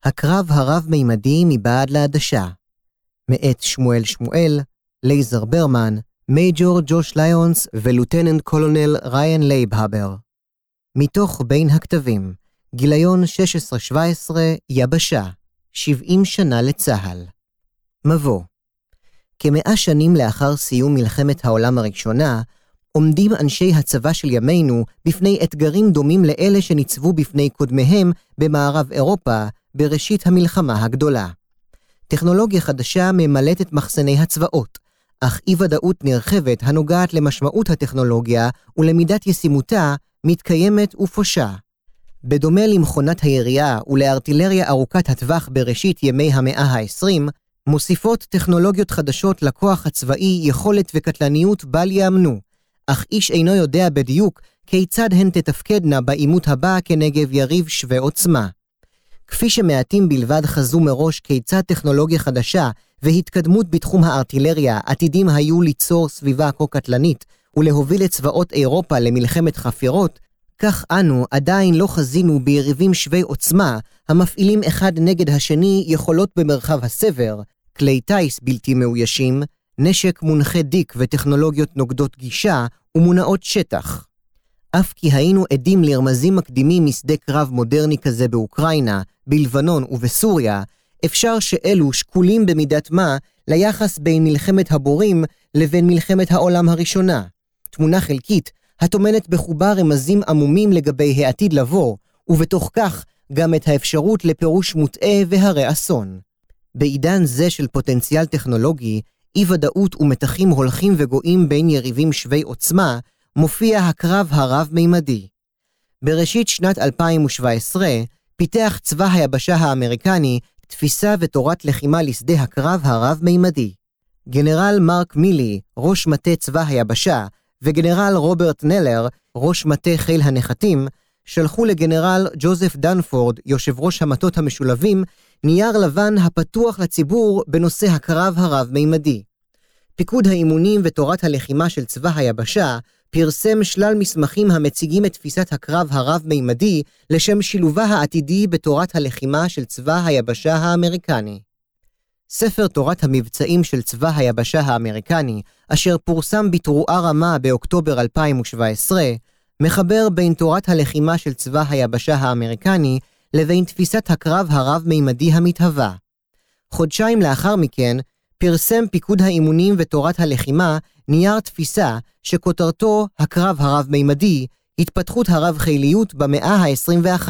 הקרב הרב-מימדי מבעד לעדשה. מאת שמואל, לייזר ברמן, מייג'ור ג'וש ליונס ולוטננט קולונל ריין לייבהבר. מתוך בין הכתבים, גיליון 16-17, יבשה, 70 שנה לצהל. מבוא. כ100 שנים לאחר סיום מלחמת העולם הראשונה, עומדים אנשי הצבא של ימינו בפני אתגרים דומים לאלה שניצבו בפני קודמיהם במערב אירופה בראשית המלחמה הגדולה. טכנולוגיה חדשה ממלאת את מחסני הצבאות, אך אי-ודאות נרחבת הנוגעת למשמעות הטכנולוגיה ולמידת ישימותה מתקיימת ופושה. בדומה למכונת הירייה ולארטילריה ארוכת הטווח בראשית ימי המאה ה-20, מוסיפות טכנולוגיות חדשות לכוח הצבאי יכולת וקטלניות בל יאמנו, אך איש אינו יודע בדיוק כיצד הן תתפקדנה בעימות הבא כנגד יריב שווה עוצמה. כפי שמעטים בלבד חזו מראש כיצד טכנולוגיה חדשה והתקדמות בתחום הארטילריה עתידים היו ליצור סביבה כה קטלנית ולהוביל את צבאות אירופה למלחמת חפירות, כך אנו עדיין לא חזינו ביריבים שווי עוצמה המפעילים אחד נגד השני יכולות במרחב הסבר, כלי טייס בלתי מאוישים, נשק מונחה דיק וטכנולוגיות נוגדות גישה ומונעות שטח. אף כי היינו עדים לרמזים מקדימים משדה קרב מודרני כזה באוקראינה, בלבנון ובסוריה, אפשר שאלו שקולים במידת מה ליחס בין מלחמת הבורים לבין מלחמת העולם הראשונה. תמונה חלקית הטומנת בחובה רמזים עמומים לגבי העתיד לבוא, ובתוך כך גם את האפשרות לפירוש מוטעה והרי אסון. בעידן זה של פוטנציאל טכנולוגי, אי-ודאות ומתחים הולכים וגואים בין יריבים שווי עוצמה, מופיע הקרב הרב-מימדי. בראשית שנת 2017 פיתח צבא היבשה האמריקני תפיסה ותורת לחימה לשדה הקרב הרב-מימדי. גנרל מרק מילי, ראש מטה צבא היבשה, וגנרל רוברט נלר, ראש מטה חיל הנחתים, שלחו לגנרל ג'וזף דנפורד, יושב ראש המטות המשולבים, נייר לבן הפתוח לציבור בנושא הקרב הרב-מימדי. פיקוד האימונים ותורת הלחימה של צבא היבשה פרסם שלל מסמכים המציגים את תפיסת הקרב הרב-מימדי לשם שילובה העתידי בתורת הלחימה של צבא היבשה האמריקני. ספר תורת המבצעים של צבא היבשה האמריקני, אשר פורסם בתרועה רמה באוקטובר 2017, מחבר בין תורת הלחימה של צבא היבשה האמריקני לבין תפיסת הקרב הרב-מימדי המתהווה. חודשיים לאחר מכן, פרסם פיקוד האימונים ותורת הלחימה נייר תפיסה שכותרתו הקרב הרב-מימדי, התפתחות הרב-חיליות במאה ה-21,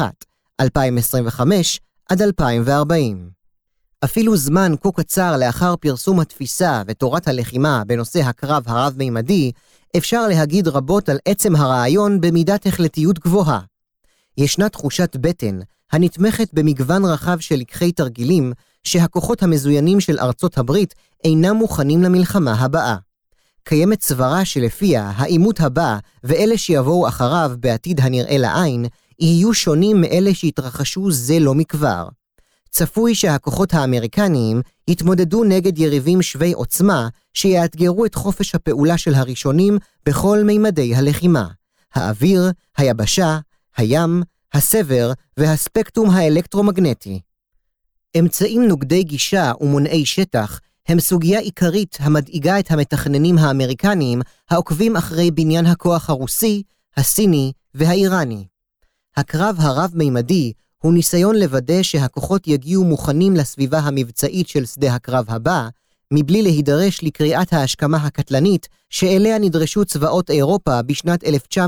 2025 עד 2040. אפילו זמן כה קצר לאחר פרסום התפיסה ותורת הלחימה בנושא הקרב הרב-מימדי, אפשר להגיד רבות על עצם הרעיון במידת החלטיות גבוהה. ישנה תחושת בטן הנתמכת במגוון רחב של לקחי תרגילים שהכוחות המזוינים של ארצות הברית אינם מוכנים למלחמה הבאה. קיימת סברה שלפיה העימות הבא ואלה שיבואו אחריו בעתיד הנראה לעין יהיו שונים מאלה שהתרחשו זה לא מכבר. צפוי שהכוחות האמריקניים יתמודדו נגד יריבים שווי עוצמה שיאתגרו את חופש הפעולה של הראשונים בכל מימדי הלחימה, האוויר, היבשה, הים, הסבר והספקטרום האלקטרומגנטי. אמצעים נוגדי גישה ומונעי שטח הם סוגיה עיקרית המדאיגה את המתכננים האמריקניים העוקבים אחרי בניין הכוח הרוסי, הסיני והאיראני. הקרב הרב-מימדי הוא ניסיון לוודא שהכוחות יגיעו מוכנים לסביבה המבצעית של שדה הקרב הבא, מבלי להידרש לקריאת ההשכמה הקטלנית שאליה נדרשו צבאות אירופה בשנת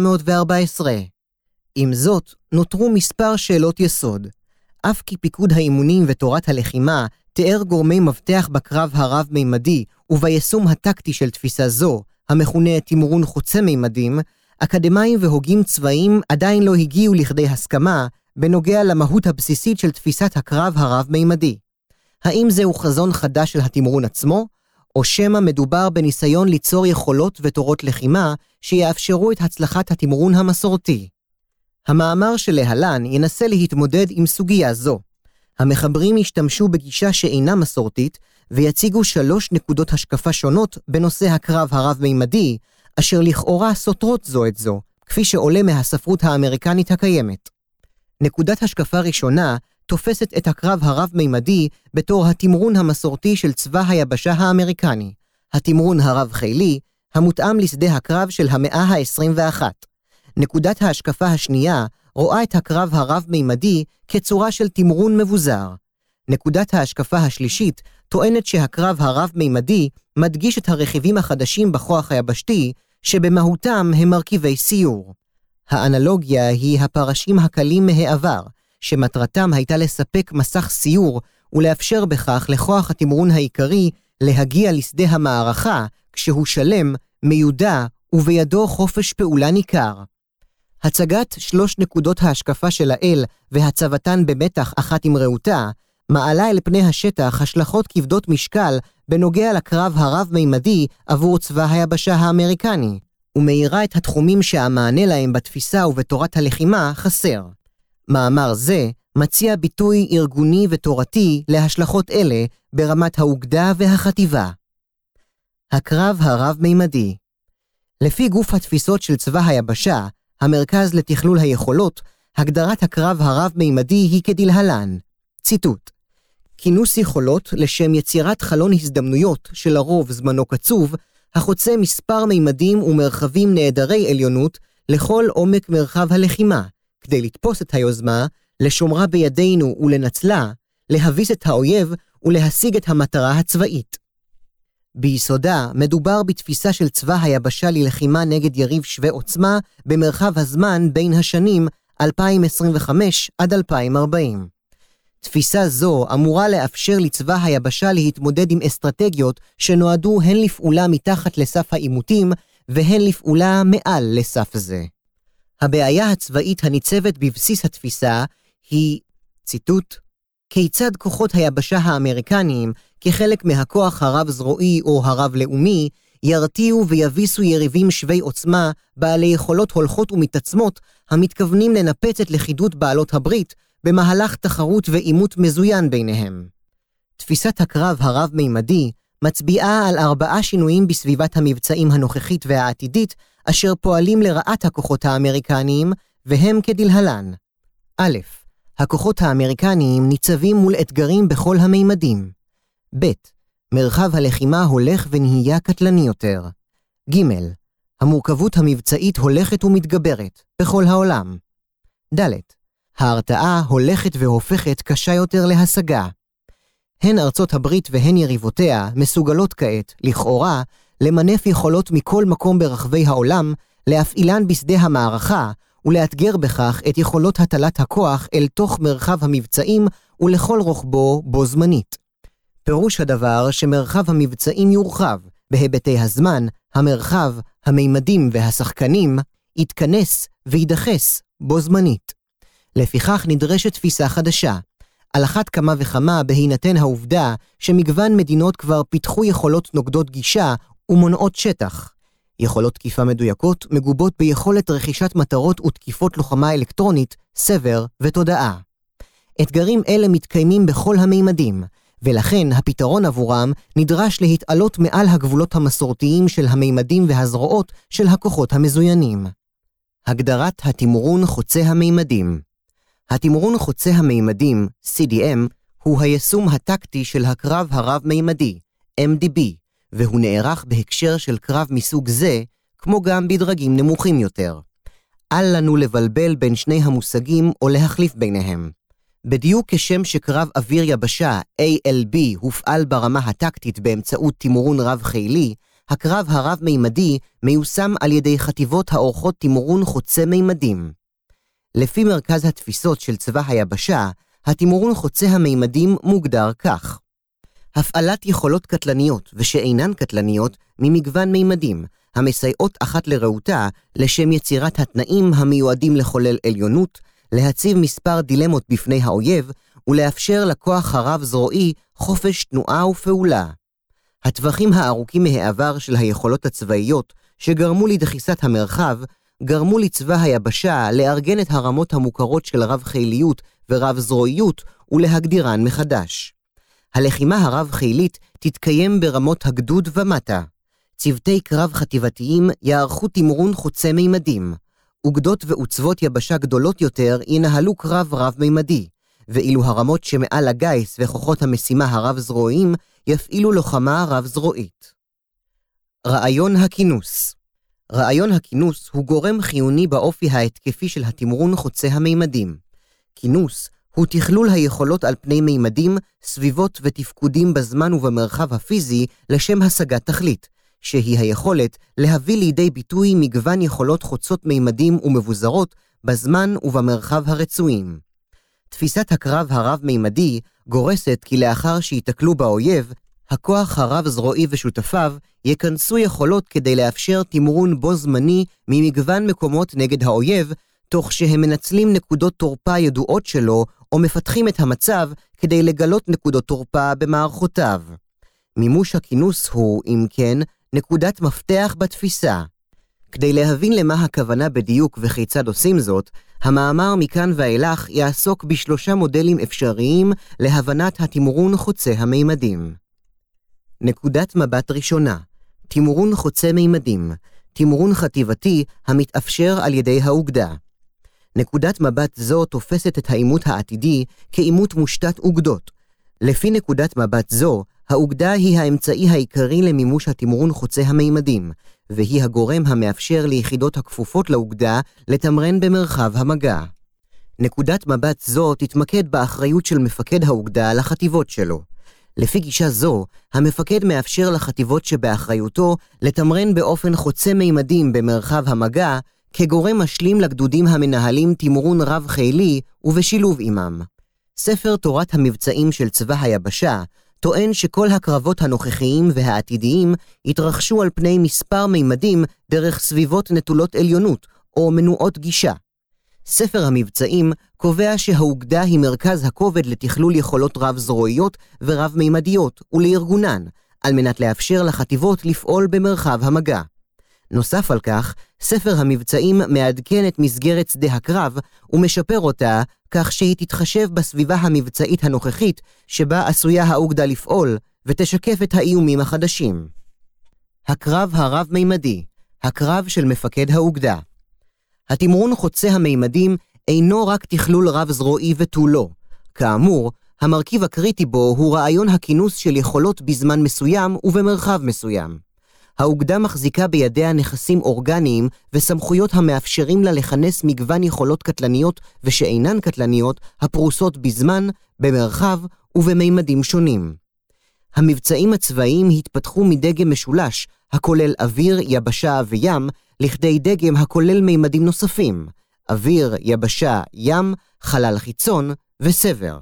1914. עם זאת, נותרו מספר שאלות יסוד. אף כי פיקוד האימונים ותורת הלחימה תיאר גורמי מבטח בקרב הרב-מימדי וביישום הטקטי של תפיסה זו, המכונה תמרון חוצה מימדים, אקדמאים והוגים צבאיים עדיין לא הגיעו לכדי הסכמה בנוגע למהות הבסיסית של תפיסת הקרב הרב-מימדי. האם זהו חזון חדש של התמרון עצמו, או שמא מדובר בניסיון ליצור יכולות ותורות לחימה שיאפשרו את הצלחת התמרון המסורתי? המאמר שלהלן ינסה להתמודד עם סוגיה זו. המחברים ישתמשו בגישה שאינה מסורתית ויציגו 3 נקודות השקפה שונות בנושא הקרב הרב-מימדי, אשר לכאורה סותרות זו את זו, כפי שעולה מהספרות האמריקנית הקיימת. נקודת השקפה ראשונה תופסת את הקרב הרב-מימדי בתור התמרון המסורתי של צבא היבשה האמריקני, התמרון הרב-חילי, המותאם לשדה הקרב של המאה ה-21. נקודת ההשקפה השנייה רואה את הקרב הרב-מימדי כצורה של תמרון מבוזר. נקודת ההשקפה השלישית טוענת שהקרב הרב-מימדי מדגיש את הרכיבים החדשים בכוח היבשתי, שבמהותם הם מרכיבי סיור. האנלוגיה היא הפרשים הקלים מהעבר, שמטרתם הייתה לספק מסך סיור ולאפשר בכך לכוח התמרון העיקרי להגיע לשדה המערכה כשהוא שלם, מיודע ובידו חופש פעולה ניכר. הצגת 3 נקודות ההשקפה של האל והצבתן במתח אחת עם רעותה, מעלה אל פני השטח השלכות כבדות משקל בנוגע לקרב הרב-מימדי עבור צבא היבשה האמריקני, ומאירה את התחומים שהמענה להם בתפיסה ובתורת הלחימה חסר. מאמר זה מציע ביטוי ארגוני ותורתי להשלכות אלה ברמת האוגדה והחטיבה. הקרב הרב-מימדי. לפי גוף התפיסות של צבא היבשה, המרכז לתכלול היכולות, הגדרת הקרב הרב-מימדי היא כדלהלן. ציטוט: כינוס יכולות לשם יצירת חלון הזדמנויות שלרוב זמנו קצוב, החוצה מספר מימדים ומרחבים נעדרי עליונות לכל עומק מרחב הלחימה, כדי לתפוס את היוזמה, לשומרה בידינו ולנצלה, להביס את האויב ולהשיג את המטרה הצבאית. ביסודה מדובר בתפיסה של צבא היבשה ללחימה נגד יריב שווה עוצמה במרחב הזמן בין השנים 2025 עד 2040. תפיסה זו אמורה לאפשר לצבא היבשה להתמודד עם אסטרטגיות שנועדו הן לפעולה מתחת לסף העימותים והן לפעולה מעל לסף זה. הבעיה הצבאית הניצבת בבסיס התפיסה היא, ציטוט, כיצד כוחות היבשה האמריקניים, כחלק מהכוח הרב-זרועי או הרב-לאומי, ירתיעו ויביסו יריבים שווי עוצמה בעלי יכולות הולכות ומתעצמות המתכוונים לנפץ את לכידות בעלות הברית במהלך תחרות ועימות מזוין ביניהם. תפיסת הקרב הרב-מימדי מצביעה על 4 שינויים בסביבת המבצעים הנוכחית והעתידית אשר פועלים לרעת הכוחות האמריקניים, והם כדלהלן. א', הכוחות האמריקניים ניצבים מול אתגרים בכל המימדים. ב', מרחב הלחימה הולך ונהיה קטלני יותר. ג', המורכבות המבצעית הולכת ומתגברת בכל העולם. ד', ההרתעה הולכת והופכת קשה יותר להשגה. הן ארצות הברית והן יריבותיה מסוגלות כעת, לכאורה, למנף יכולות מכל מקום ברחבי העולם, להפעילן בשדה המערכה, ולאתגר בכך את יכולות הטלת הכוח אל תוך מרחב המבצעים ולכל רוחבו בו זמנית. פירוש הדבר שמרחב המבצעים יורחב, בהיבטי הזמן, המרחב, המימדים והשחקנים, יתכנס וידחס בו זמנית. לפיכך נדרשת תפיסה חדשה. על אחת כמה וכמה בהינתן העובדה שמגוון מדינות כבר פיתחו יכולות נוגדות גישה ומונעות שטח. יכולות תקיפה מדויקות מגובות ביכולת רכישת מטרות ותקיפות לוחמה אלקטרונית, סבר ותודעה. אתגרים אלה מתקיימים בכל המימדים, ולכן הפתרון עבורם נדרש להתעלות מעל הגבולות המסורתיים של המימדים והזרועות של הכוחות המזוינים. הגדרת התמרון חוצה המימדים. התמרון חוצה המימדים, CDM, הוא היישום הטקטי של הקרב הרב-מימדי, MDB, והוא נערך בהקשר של קרב מסוג זה, כמו גם בדרגים נמוכים יותר. אל לנו לבלבל בין שני המושגים או להחליף ביניהם. בדיוק כשם שקרב אוויר יבשה, ALB, הופעל ברמה הטקטית באמצעות תמרון רב-חילי, הקרב הרב-מימדי מיושם על ידי חטיבות האורחות תמרון חוצה מימדים. לפי מרכז התפיסות של צבא היבשה, התמרון חוצה המימדים מוגדר כך: הפעלת יכולות קטלניות ושאינן קטלניות ממגוון מימדים, המסייעות אחת לרעותה לשם יצירת התנאים המיועדים לחולל עליונות, להציב מספר דילמות בפני האויב ולאפשר לכוח הרב-זרועי חופש תנועה ופעולה. הטווחים הארוכים מהעבר של היכולות הצבאיות שגרמו לדחיסת המרחב, גרמו לצבא היבשה לארגן את הרמות המוכרות של רב-חיליות ורב-זרועיות ולהגדירן מחדש. הלחימה הרב-חילית תתקיים ברמות הגדוד ומטה. צוותי קרב חטיבתיים יערכו תמרון חוצה מימדים. אוגדות ועוצבות יבשה גדולות יותר ינהלו קרב רב-מימדי, ואילו הרמות שמעל הגייס וכוחות המשימה הרב-זרועיים יפעילו לוחמה רב-זרועית. רעיון הכינוס. רעיון הכינוס הוא גורם חיוני באופי ההתקפי של התמרון חוצה הממדים. כינוס הוא תכלול היכולות על פני מימדים, סביבות ותפקודים בזמן ובמרחב הפיזי לשם השגת תכלית, שהיא היכולת להביא לידי ביטוי מגוון יכולות חוצות מימדים ומבוזרות בזמן ובמרחב הרצויים. תפיסת הקרב הרב-מימדי גורסת כי לאחר שיתקלו באויב, הכוח הרב-זרועי ושותפיו יכנסו יכולות כדי לאפשר תמרון בו זמני ממגוון מקומות נגד האויב, תוך שהם מנצלים נקודות תורפה ידועות שלו, או מפתחים את המצב כדי לגלות נקודות תורפה במערכותיו. מימוש הכינוס הוא, אם כן, נקודת מפתח בתפיסה. כדי להבין למה הכוונה בדיוק וכיצד עושים זאת, המאמר מכאן ואילך יעסוק בשלושה מודלים אפשריים להבנת התמרון חוצה המימדים. נקודת מבט ראשונה, תמרון חוצה מימדים, תמרון חטיבתי המתאפשר על ידי האוגדה. נקודת מבט זו תופסת את העימות העתידי כעימות מושתת אוגדות. לפי נקודת מבט זו, האוגדה היא האמצעי העיקרי למימוש התמרון חוצה המימדים, והיא הגורם המאפשר ליחידות הכפופות לאוגדה לתמרן במרחב המגע. נקודת מבט זו תתמקד באחריות של מפקד האוגדה לחטיבות שלו. לפי גישה זו, המפקד מאפשר לחטיבות שבאחריותו לתמרן באופן חוצה מימדים במרחב המגע, כגורם משלים לגדודים המנהלים תמרון רב חילי ובשילוב עמם. ספר תורת המבצעים של צבא היבשה טוען שכל הקרבות הנוכחיים והעתידיים התרחשו על פני מספר מימדים דרך סביבות נטולות עליונות או מנועות גישה. ספר המבצעים קובע שהאוגדה היא מרכז הכובד לתכלול יכולות רב-זרועיות ורב-מימדיות ולארגונן, על מנת לאפשר לחטיבות לפעול במרחב המגע. נוסף על כך, ספר המבצעים מעדכן את מסגרת שדה הקרב ומשפר אותה כך שהיא תתחשב בסביבה המבצעית הנוכחית שבה עשויה האוגדה לפעול ותשקף את האיומים החדשים. הקרב הרב-מימדי, הקרב של מפקד האוגדה. התמרון חוצה המימדים אינו רק תכלול רב-זרועי ותו לא. כאמור, המרכיב הקריטי בו הוא רעיון הכינוס של יכולות בזמן מסוים ובמרחב מסוים. האוגדה מחזיקה בידיה נכסים אורגניים וסמכויות המאפשרים לה לכנס מגוון יכולות קטלניות ושאינן קטלניות הפרוסות בזמן, במרחב ובמימדים שונים. המבצעים הצבאיים התפתחו מדגם משולש, הכולל אוויר, יבשה וים, לכדי דגם הכולל מימדים נוספים, אוויר, יבשה, ים, חלל חיצון וסבר.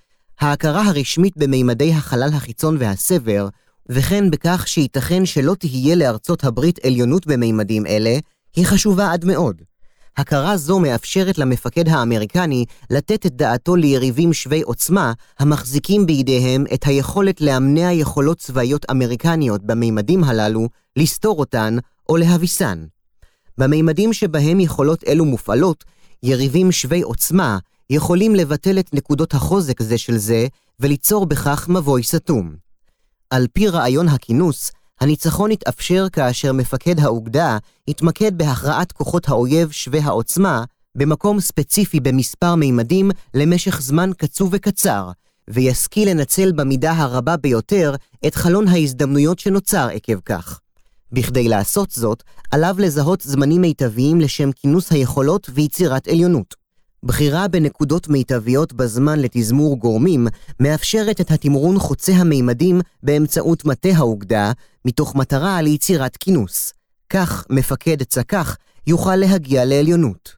ההכרה הרשמית במימדי החלל החיצון והסבר, וכן בכך שייתכן שלא תהיה לארצות הברית עליונות במימדים אלה, היא חשובה עד מאוד. הכרה זו מאפשרת למפקד האמריקני לתת את דעתו ליריבים שווי עוצמה המחזיקים בידיהם את היכולת לאמנע יכולות צבאיות אמריקניות במימדים הללו, לסתור אותן או להביסן. במימדים שבהם יכולות אלו מופעלות, יריבים שווי עוצמה יכולים לבטל את נקודות החוזק זה של זה וליצור בכך מבוי סתום. על פי רעיון הכינוס, הניצחון יתאפשר כאשר מפקד האוגדה יתמקד בהכרעת כוחות האויב שווי העוצמה במקום ספציפי במספר מימדים למשך זמן קצוב וקצר, וישכיל לנצל במידה הרבה ביותר את חלון ההזדמנויות שנוצר עקב כך. בכדי לעשות זאת, עליו לזהות זמנים מיטביים לשם כינוס היכולות ויצירת עליונות. בחירה בנקודות מיטביות בזמן לתזמור גורמים מאפשרת את התמרון חוצה המימדים באמצעות מטה האוגדה, מתוך מטרה ליצירת כינוס. כך מפקד צקח יוכל להגיע לעליונות.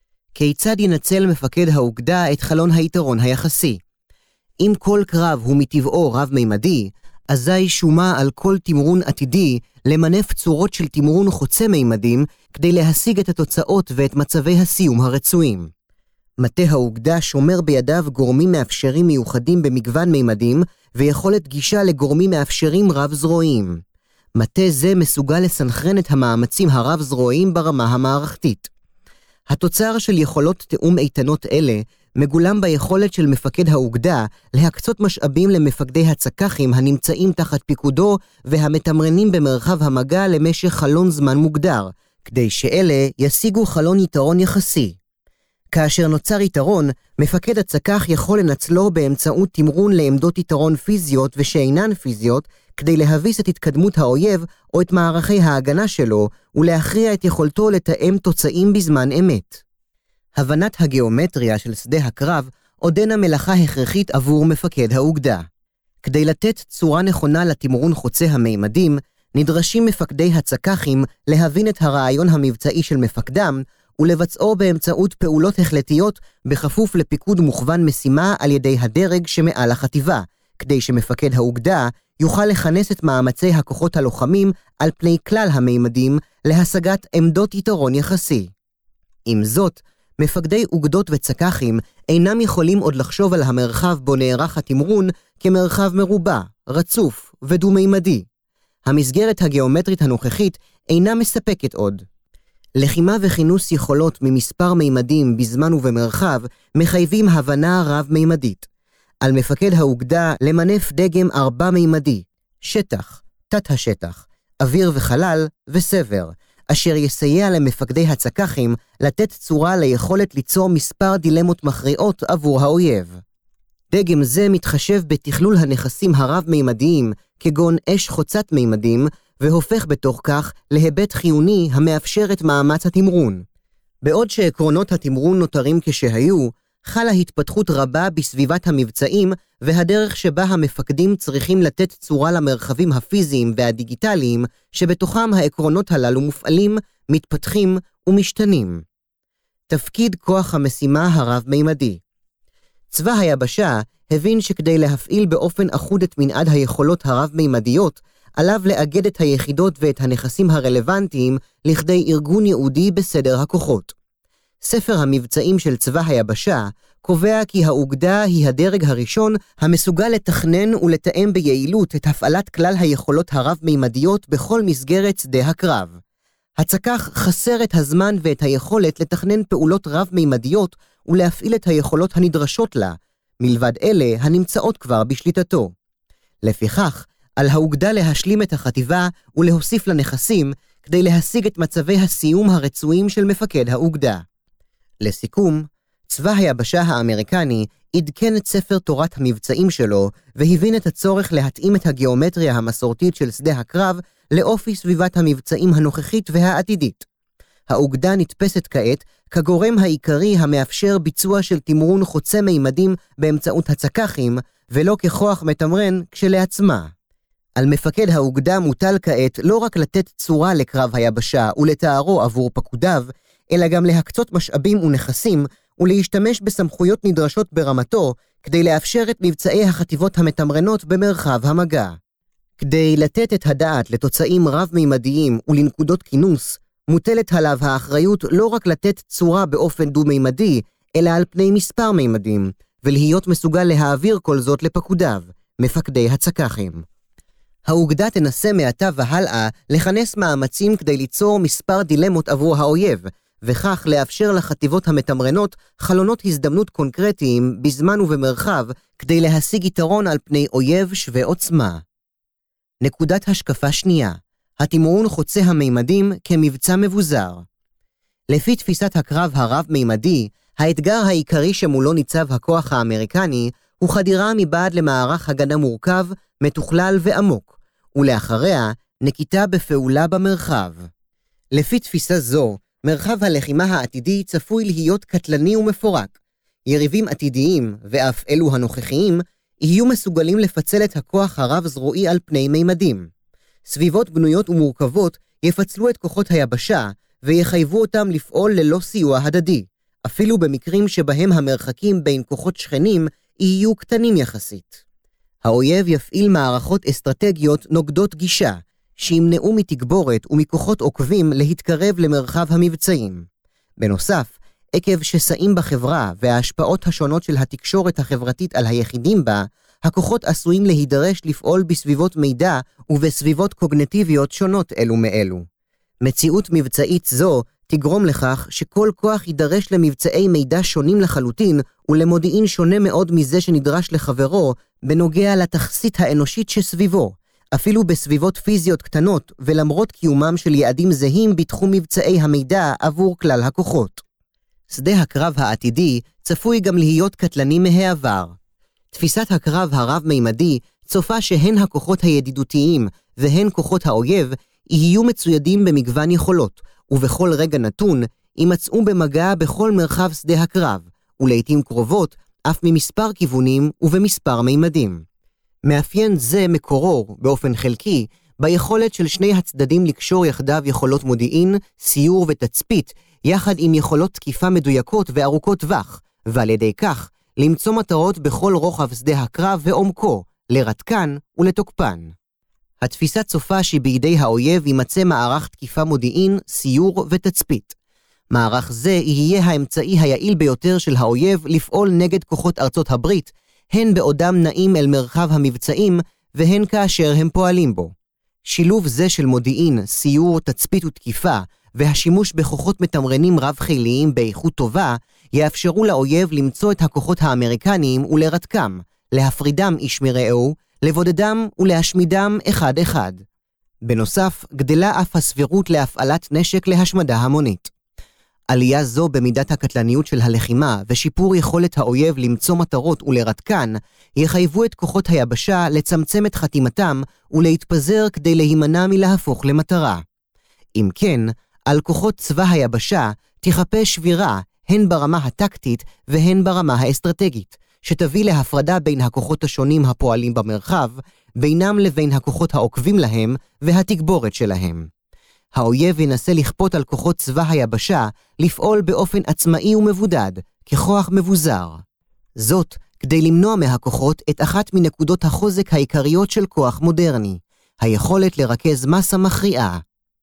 כיצד ינצל מפקד האוגדה את חלון היתרון היחסי? אם כל קרב הוא מטבעו רב-מימדי, אזי שומה על כל תמרון עתידי למנף צורות של תמרון חוצה מימדים כדי להשיג את התוצאות ואת מצבי הסיום הרצויים. מטה האוגדה שומר בידיו גורמים מאפשרים מיוחדים במגוון מימדים ויכולת גישה לגורמים מאפשרים רב-זרועיים. מטה זה מסוגל לסנכרן את המאמצים הרב-זרועיים ברמה המערכתית. התוצר של יכולות תאום איתנות אלה מגולם ביכולת של מפקד האוגדה להקצות משאבים למפקדי הצקחים הנמצאים תחת פיקודו והמתמרנים במרחב המגע למשך חלון זמן מוגדר, כדי שאלה ישיגו חלון יתרון יחסי. כאשר נוצר יתרון, מפקד הצק"ח יכול לנצלו באמצעות תמרון לעמדות יתרון פיזיות ושאינן פיזיות, כדי להביס את התקדמות האויב או את מערכי ההגנה שלו, ולהכריע את יכולתו לתאם תוצאים בזמן אמת. הבנת הגיאומטריה של שדה הקרב עודנה מלאכה הכרחית עבור מפקד האוגדה. כדי לתת צורה נכונה לתמרון חוצה המימדים, נדרשים מפקדי הצק"חים להבין את הרעיון המבצעי של מפקדם, ולבצעו באמצעות פעולות החלטיות בכפוף לפיקוד מוכוון משימה על ידי הדרג שמעל החטיבה, כדי שמפקד האוגדה יוכל לכנס את מאמצי הכוחות הלוחמים על פני כלל המימדים להשגת עמדות יתרון יחסי. עם זאת, מפקדי אוגדות וצק"חים אינם יכולים עוד לחשוב על המרחב בו נערך התמרון כמרחב מרובע, רצוף ודו-מימדי. המסגרת הגיאומטרית הנוכחית אינה מספקת עוד. לחימה וכינוס יכולות ממספר מימדים בזמן ובמרחב מחייבים הבנה רב-מימדית. על מפקד האוגדה למנף דגם 4-מימדי, שטח, תת השטח, אוויר וחלל וסבר, אשר יסייע למפקדי הצק"חים לתת צורה ליכולת ליצור מספר דילמות מכריעות עבור האויב. דגם זה מתחשב בתכלול הנכסים הרב-מימדיים, כגון אש חוצת מימדים, והופך בתוך כך להיבט חיוני המאפשר את מאמץ התמרון. בעוד שעקרונות התמרון נותרים כשהיו, חלה התפתחות רבה בסביבת המבצעים והדרך שבה המפקדים צריכים לתת צורה למרחבים הפיזיים והדיגיטליים שבתוכם העקרונות הללו מופעלים, מתפתחים ומשתנים. תפקיד כוח המשימה הרב-מימדי. צבא היבשה הבין שכדי להפעיל באופן אחוד את מנעד היכולות הרב-מימדיות, עליו לאגד את היחידות ואת הנכסים הרלוונטיים לכדי ארגון יהודי בסדר הכוחות. ספר המבצעים של צבא היבשה קובע כי האוגדה היא הדרג הראשון המסוגל לתכנן ולתאם ביעילות את הפעלת כלל היכולות הרב-מימדיות בכל מסגרת שדה הקרב. הצק"ח חסר את הזמן ואת היכולת לתכנן פעולות רב-מימדיות ולהפעיל את היכולות הנדרשות לה, מלבד אלה הנמצאות כבר בשליטתו. לפיכך, על האוגדה להשלים את החטיבה ולהוסיף לנכסים כדי להשיג את מצבי הסיום הרצויים של מפקד האוגדה. לסיכום, צבא היבשה האמריקני עדכן את ספר תורת המבצעים שלו והבין את הצורך להתאים את הגיאומטריה המסורתית של שדה הקרב לאופי סביבת המבצעים הנוכחית והעתידית. האוגדה נתפסת כעת כגורם העיקרי המאפשר ביצוע של תמרון חוצה מימדים באמצעות הצק"חים ולא ככוח מתמרן כשלעצמה. על מפקד האוגדה מוטל כעת לא רק לתת צורה לקרב היבשה ולתארו עבור פקודיו, אלא גם להקצות משאבים ונכסים ולהשתמש בסמכויות נדרשות ברמתו כדי לאפשר את מבצעי החטיבות המתמרנות במרחב המגע. כדי לתת את הדעת לתוצאים רב-מימדיים ולנקודות כינוס, מוטלת עליו האחריות לא רק לתת צורה באופן דו-מימדי, אלא על פני מספר מימדים, ולהיות מסוגל להעביר כל זאת לפקודיו, מפקדי הצק"חים. האוגדה תנסה מעתה והלאה לכנס מאמצים כדי ליצור מספר דילמות עבור האויב, וכך לאפשר לחטיבות המתמרנות חלונות הזדמנות קונקרטיים בזמן ובמרחב כדי להשיג יתרון על פני אויב שווה עוצמה. נקודת השקפה שנייה, התמרון חוצה המימדים כמבצע מבוזר. לפי תפיסת הקרב הרב-מימדי, האתגר העיקרי שמולו ניצב הכוח האמריקני הוא חדירה מבעד למערך הגנה מורכב, מתוכלל ועמוק, ולאחריה נקיטה בפעולה במרחב. לפי תפיסה זו, מרחב הלחימה העתידי צפוי להיות קטלני ומפורק. יריבים עתידיים, ואף אלו הנוכחיים, יהיו מסוגלים לפצל את הכוח הרב-זרועי על פני מימדים. סביבות בנויות ומורכבות יפצלו את כוחות היבשה, ויחייבו אותם לפעול ללא סיוע הדדי, אפילו במקרים שבהם המרחקים בין כוחות שכנים יהיו קטנים יחסית. האויב יפעיל מערכות אסטרטגיות נוגדות גישה, שימנעו מתגבורת ומכוחות עוקבים להתקרב למרחב המבצעים. בנוסף, עקב שסעים בחברה וההשפעות השונות של התקשורת החברתית על היחידים בה, הכוחות עשויים להידרש לפעול בסביבות מידע ובסביבות קוגניטיביות שונות אלו מאלו. מציאות מבצעית זו תגרום לכך שכל כוח יידרש למבצעי מידע שונים לחלוטין ולמודיעין שונה מאוד מזה שנדרש לחברו בנוגע לתכסית האנושית שסביבו, אפילו בסביבות פיזיות קטנות ולמרות קיומם של יעדים זהים בתחום מבצעי המידע עבור כלל הכוחות. שדה הקרב העתידי צפוי גם להיות קטלני מהעבר. תפיסת הקרב הרב-מימדי צופה שהן הכוחות הידידותיים והן כוחות האויב יהיו מצוידים במגוון יכולות, ובכל רגע נתון יימצאו במגע בכל מרחב שדה הקרב, ולעיתים קרובות אף ממספר כיוונים ובמספר מימדים. מאפיין זה מקורו, באופן חלקי, ביכולת של שני הצדדים לקשור יחדיו יכולות מודיעין, סיור ותצפית, יחד עם יכולות תקיפה מדויקות וארוכות טווח, ועל ידי כך למצוא מטרות בכל רוחב שדה הקרב ועומקו, לרתקן ולתוקפן. התפיסה צופה שבידי האויב יימצא מערך תקיפה מודיעין, סיור ותצפית. מערך זה יהיה האמצעי היעיל ביותר של האויב לפעול נגד כוחות ארצות הברית, הן בעודם נעים אל מרחב המבצעים, והן כאשר הם פועלים בו. שילוב זה של מודיעין, סיור, תצפית ותקיפה, והשימוש בכוחות מתמרנים רב-חיליים באיכות טובה, יאפשרו לאויב למצוא את הכוחות האמריקניים ולרתקם, להפרידם איש מרעהו, לבודדם ולהשמידם אחד-אחד. בנוסף, גדלה אף הסבירות להפעלת נשק להשמדה המונית. עלייה זו במידת הקטלניות של הלחימה ושיפור יכולת האויב למצוא מטרות ולרתקן, יחייבו את כוחות היבשה לצמצם את חתימתם ולהתפזר כדי להימנע מלהפוך למטרה. אם כן, על כוחות צבא היבשה תחפה שבירה, הן ברמה הטקטית והן ברמה האסטרטגית, שתביא להפרדה בין הכוחות השונים הפועלים במרחב, בינם לבין הכוחות העוקבים להם והתגבורת שלהם. האויב ינסה לכפות על כוחות צבא היבשה לפעול באופן עצמאי ומבודד, ככוח מבוזר. זאת כדי למנוע מהכוחות את אחת מנקודות החוזק העיקריות של כוח מודרני, היכולת לרכז מסה מכריעה.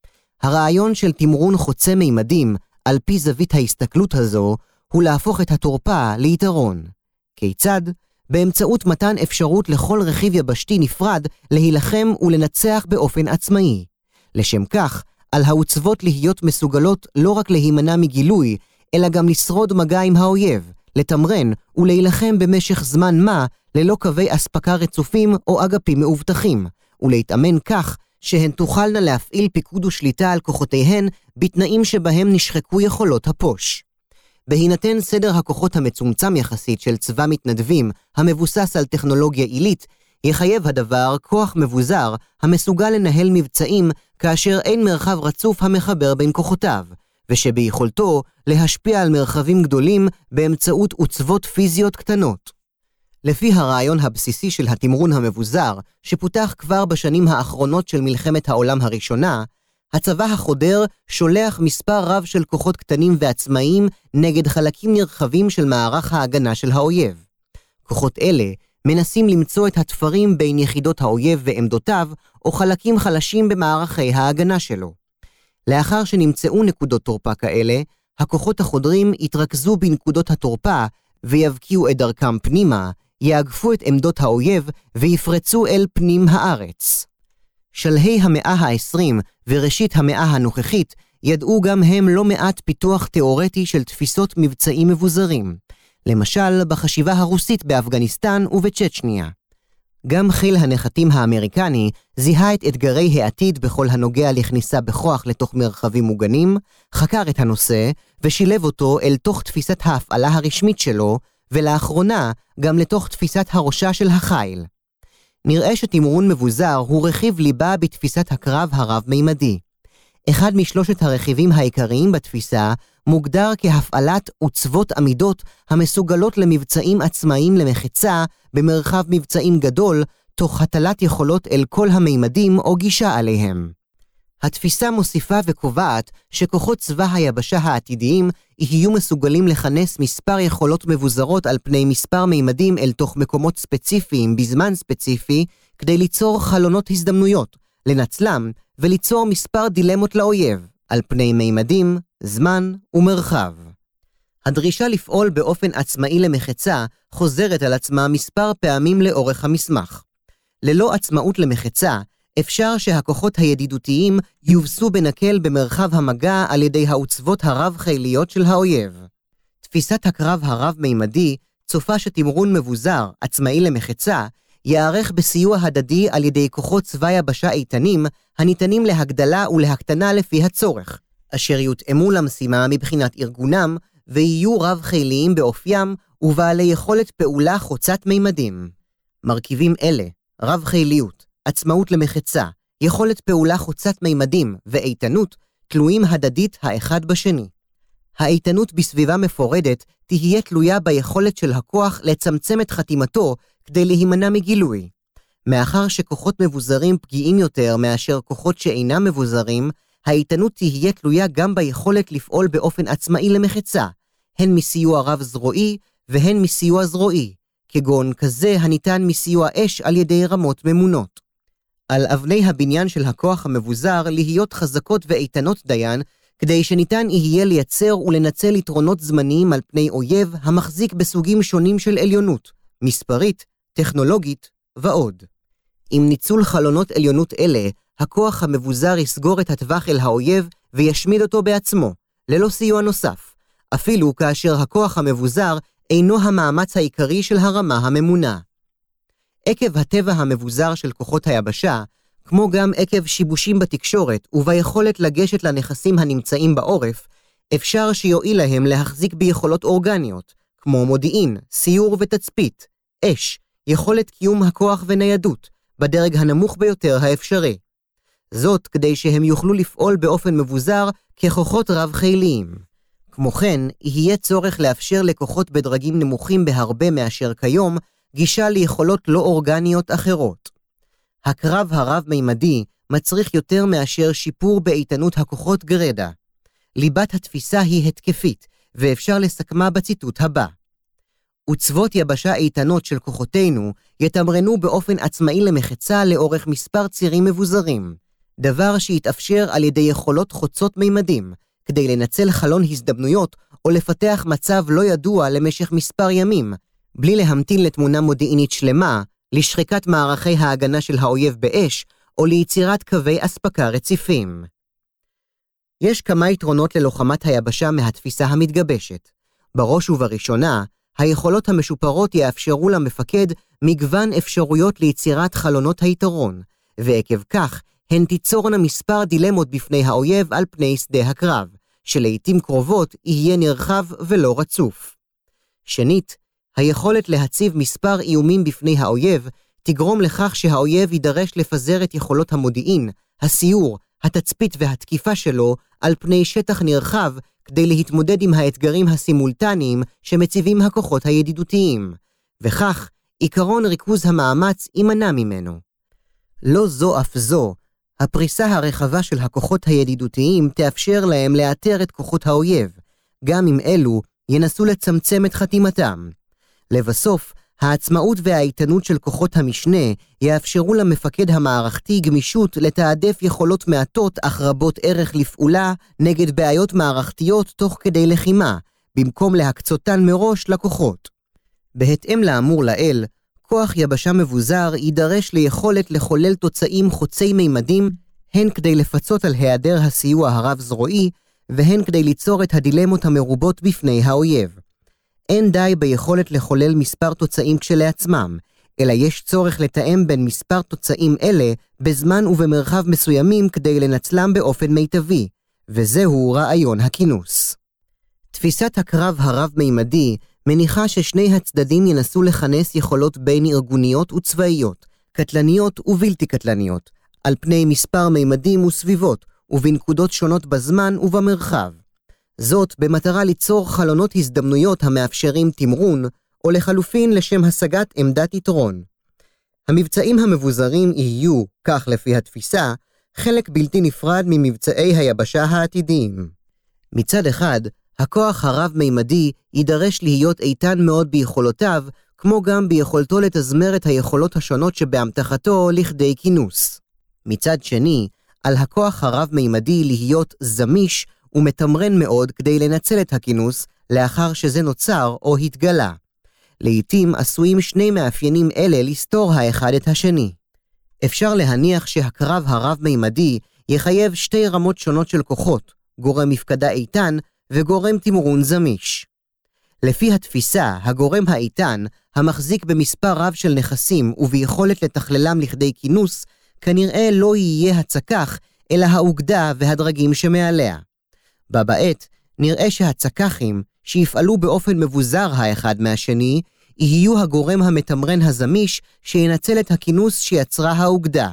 הרעיון של תמרון חוצה מימדים, על פי זווית ההסתכלות הזו, הוא להפוך את התורפה ליתרון. כיצד? באמצעות מתן אפשרות לכל רכיב יבשתי נפרד להילחם ולנצח באופן עצמאי. לשם כך, על העוצבות להיות מסוגלות לא רק להימנע מגילוי, אלא גם לשרוד מגע עם האויב, לתמרן ולהילחם במשך זמן מה ללא קווי אספקה רצופים או אגפים מאובטחים, ולהתאמן כך שהן תוכלנה להפעיל פיקוד ושליטה על כוחותיהן בתנאים שבהם נשחקו יכולות הפוש. בהינתן סדר הכוחות המצומצם יחסית של צבא מתנדבים המבוסס על טכנולוגיה עילית, יחייב הדבר כוח מבוזר המסוגל לנהל מבצעים כאשר אין מרחב רצוף המחבר בין כוחותיו, ושביכולתו להשפיע על מרחבים גדולים באמצעות עוצבות פיזיות קטנות. לפי הרעיון הבסיסי של התמרון המבוזר, שפותח כבר בשנים האחרונות של מלחמת העולם הראשונה, הצבא החודר שולח מספר רב של כוחות קטנים ועצמאיים נגד חלקים נרחבים של מערך ההגנה של האויב. כוחות אלה מנסים למצוא את התפרים בין יחידות האויב ועמדותיו, או חלקים חלשים במערכי ההגנה שלו. לאחר שנמצאו נקודות תורפה כאלה, הכוחות החודרים יתרכזו בנקודות התורפה ויבקיעו את דרכם פנימה, יאגפו את עמדות האויב ויפרצו אל פנים הארץ. שלהי המאה ה-20 וראשית המאה הנוכחית ידעו גם הם לא מעט פיתוח תיאורטי של תפיסות מבצעים מבוזרים, למשל בחשיבה הרוסית באפגניסטן ובצ'צ'ניה. גם חיל הנחתים האמריקני זיהה את אתגרי העתיד בכל הנוגע לכניסה בכוח לתוך מרחבים מוגנים, חקר את הנושא ושילב אותו אל תוך תפיסת ההפעלה הרשמית שלו, ולאחרונה גם לתוך תפיסת הראשה של החיל. נראה שתמרון מבוזר הוא רכיב ליבה בתפיסת הקרב הרב-מימדי. אחד משלושת הרכיבים העיקריים בתפיסה מוגדר כהפעלת עוצבות עמידות המסוגלות למבצעים עצמאיים למחצה במרחב מבצעים גדול, תוך הטלת יכולות אל כל המימדים או גישה עליהם. התפיסה מוסיפה וקובעת שכוחות צבא היבשה העתידיים יהיו מסוגלים לכנס מספר יכולות מבוזרות על פני מספר מימדים אל תוך מקומות ספציפיים בזמן ספציפי, כדי ליצור חלונות הזדמנויות, לנצלם וליצור מספר דילמות לאויב, על פני מימדים, זמן ומרחב. הדרישה לפעול באופן עצמאי למחצה חוזרת על עצמה מספר פעמים לאורך המסמך. ללא עצמאות למחצה, אפשר שהכוחות הידידותיים יובסו בנקל במרחב המגע על ידי העוצבות הרב-חיליות של האויב. תפיסת הקרב הרב-מימדי צופה שתמרון מבוזר, עצמאי למחצה, יערך בסיוע הדדי על ידי כוחות צבא יבשה איתנים הניתנים להגדלה ולהקטנה לפי הצורך, אשר יותאמו למשימה מבחינת ארגונם ויהיו רב-חיליים באופיים ובעלי יכולת פעולה חוצת מימדים. מרכיבים אלה, רב-חיליות, עצמאות למחצה, יכולת פעולה חוצת מימדים ואיתנות, תלויים הדדית האחד בשני. האיתנות בסביבה מפורדת תהיה תלויה ביכולת של הכוח לצמצם את חתימתו כדי להימנע מגילוי. מאחר שכוחות מבוזרים פגיעים יותר מאשר כוחות שאינם מבוזרים, האיתנות תהיה תלויה גם ביכולת לפעול באופן עצמאי למחצה, הן מסיוע רב-זרועי והן מסיוע זרועי, כגון כזה הניתן מסיוע אש על ידי רמות ממונות. על אבני הבניין של הכוח המבוזר להיות חזקות ואיתנות דיין, כדי שניתן יהיה לייצר ולנצל יתרונות זמניים על פני אויב המחזיק בסוגים שונים של עליונות, מספרית, טכנולוגית ועוד. עם ניצול חלונות עליונות אלה, הכוח המבוזר יסגור את הטווח אל האויב וישמיד אותו בעצמו, ללא סיוע נוסף, אפילו כאשר הכוח המבוזר אינו המאמץ העיקרי של הרמה הממונה. עקב הטבע המבוזר של כוחות היבשה, כמו גם עקב שיבושים בתקשורת וביכולת לגשת לנכסים הנמצאים בעורף, אפשר שיועיל להם להחזיק ביכולות אורגניות, כמו מודיעין, סיור ותצפית, אש, יכולת קיום הכוח וניידות, בדרג הנמוך ביותר האפשרי. זאת כדי שהם יוכלו לפעול באופן מבוזר ככוחות רב-חיליים. כמו כן, יהיה צורך לאפשר לכוחות בדרגים נמוכים בהרבה מאשר כיום, גישה ליכולות לא אורגניות אחרות. הקרב הרב-מימדי מצריך יותר מאשר שיפור באיתנות הכוחות גרדה. ליבת התפיסה היא התקפית, ואפשר לסכמה בציטוט הבא. עוצבות יבשה איתנות של כוחותינו יתמרנו באופן עצמאי למחצה לאורך מספר צירים מבוזרים, דבר שיתאפשר על ידי יכולות חוצות מימדים, כדי לנצל חלון הזדמנויות או לפתח מצב לא ידוע למשך מספר ימים, בלי להמתין לתמונה מודיעינית שלמה, לשחיקת מערכי ההגנה של האויב באש, או ליצירת קווי אספקה רציפים. יש כמה יתרונות ללוחמת היבשה מהתפיסה המתגבשת. בראש ובראשונה, היכולות המשופרות יאפשרו למפקד מגוון אפשרויות ליצירת חלונות היתרון, ועקב כך הן תיצורנה מספר דילמות בפני האויב על פני שדה הקרב, שלעיתים קרובות יהיה נרחב ולא רצוף. שנית, היכולת להציב מספר איומים בפני האויב תגרום לכך שהאויב יידרש לפזר את יכולות המודיעין, הסיור, התצפית והתקיפה שלו על פני שטח נרחב כדי להתמודד עם האתגרים הסימולטניים שמציבים הכוחות הידידותיים, וכך עיקרון ריכוז המאמץ יימנע ממנו. לא זו אף זו, הפריסה הרחבה של הכוחות הידידותיים תאפשר להם לאתר את כוחות האויב, גם אם אלו ינסו לצמצם את חתימתם. לבסוף, העצמאות והאיתנות של כוחות המשנה יאפשרו למפקד המערכתי גמישות לתעדף יכולות מעטות אך רבות ערך לפעולה נגד בעיות מערכתיות תוך כדי לחימה, במקום להקצותן מראש לכוחות. בהתאם לאמור לאל, כוח יבשה מבוזר יידרש ליכולת לחולל תוצאים חוצי מימדים, הן כדי לפצות על היעדר הסיוע הרב-זרועי, והן כדי ליצור את הדילמות המרובות בפני האויב. אין די ביכולת לחולל מספר תוצאים כשלעצמם, אלא יש צורך לתאם בין מספר תוצאים אלה בזמן ובמרחב מסוימים כדי לנצלם באופן מיטבי, וזהו רעיון הכינוס. תפיסת הקרב הרב-מימדי מניחה ששני הצדדים ינסו לכנס יכולות בין ארגוניות וצבאיות, קטלניות ובלתי קטלניות, על פני מספר מימדים וסביבות, ובנקודות שונות בזמן ובמרחב. זאת במטרה ליצור חלונות הזדמנויות המאפשרים תמרון, או לחלופין לשם השגת עמדת יתרון. המבצעים המבוזרים יהיו, כך לפי התפיסה, חלק בלתי נפרד ממבצעי היבשה העתידיים. מצד אחד, הכוח הרב-מימדי יידרש להיות איתן מאוד ביכולותיו, כמו גם ביכולתו לתזמר את היכולות השונות שבאמתחתו לכדי כינוס. מצד שני, על הכוח הרב-מימדי להיות זמיש ומתמרן מאוד כדי לנצל את הכינוס לאחר שזה נוצר או התגלה. לעתים עשויים שני מאפיינים אלה לסתור האחד את השני. אפשר להניח שהקרב הרב-מימדי יחייב שתי רמות שונות של כוחות, גורם מפקדה איתן וגורם תמרון זמיש. לפי התפיסה, הגורם האיתן, המחזיק במספר רב של נכסים וביכולת לתכללם לכדי כינוס, כנראה לא יהיה הצקח, אלא האוגדה והדרגים שמעליה. בבעת, נראה שהצקחים, שיפעלו באופן מבוזר האחד מהשני, יהיו הגורם המתמרן הזמיש שינצל את הכינוס שיצרה האוגדה.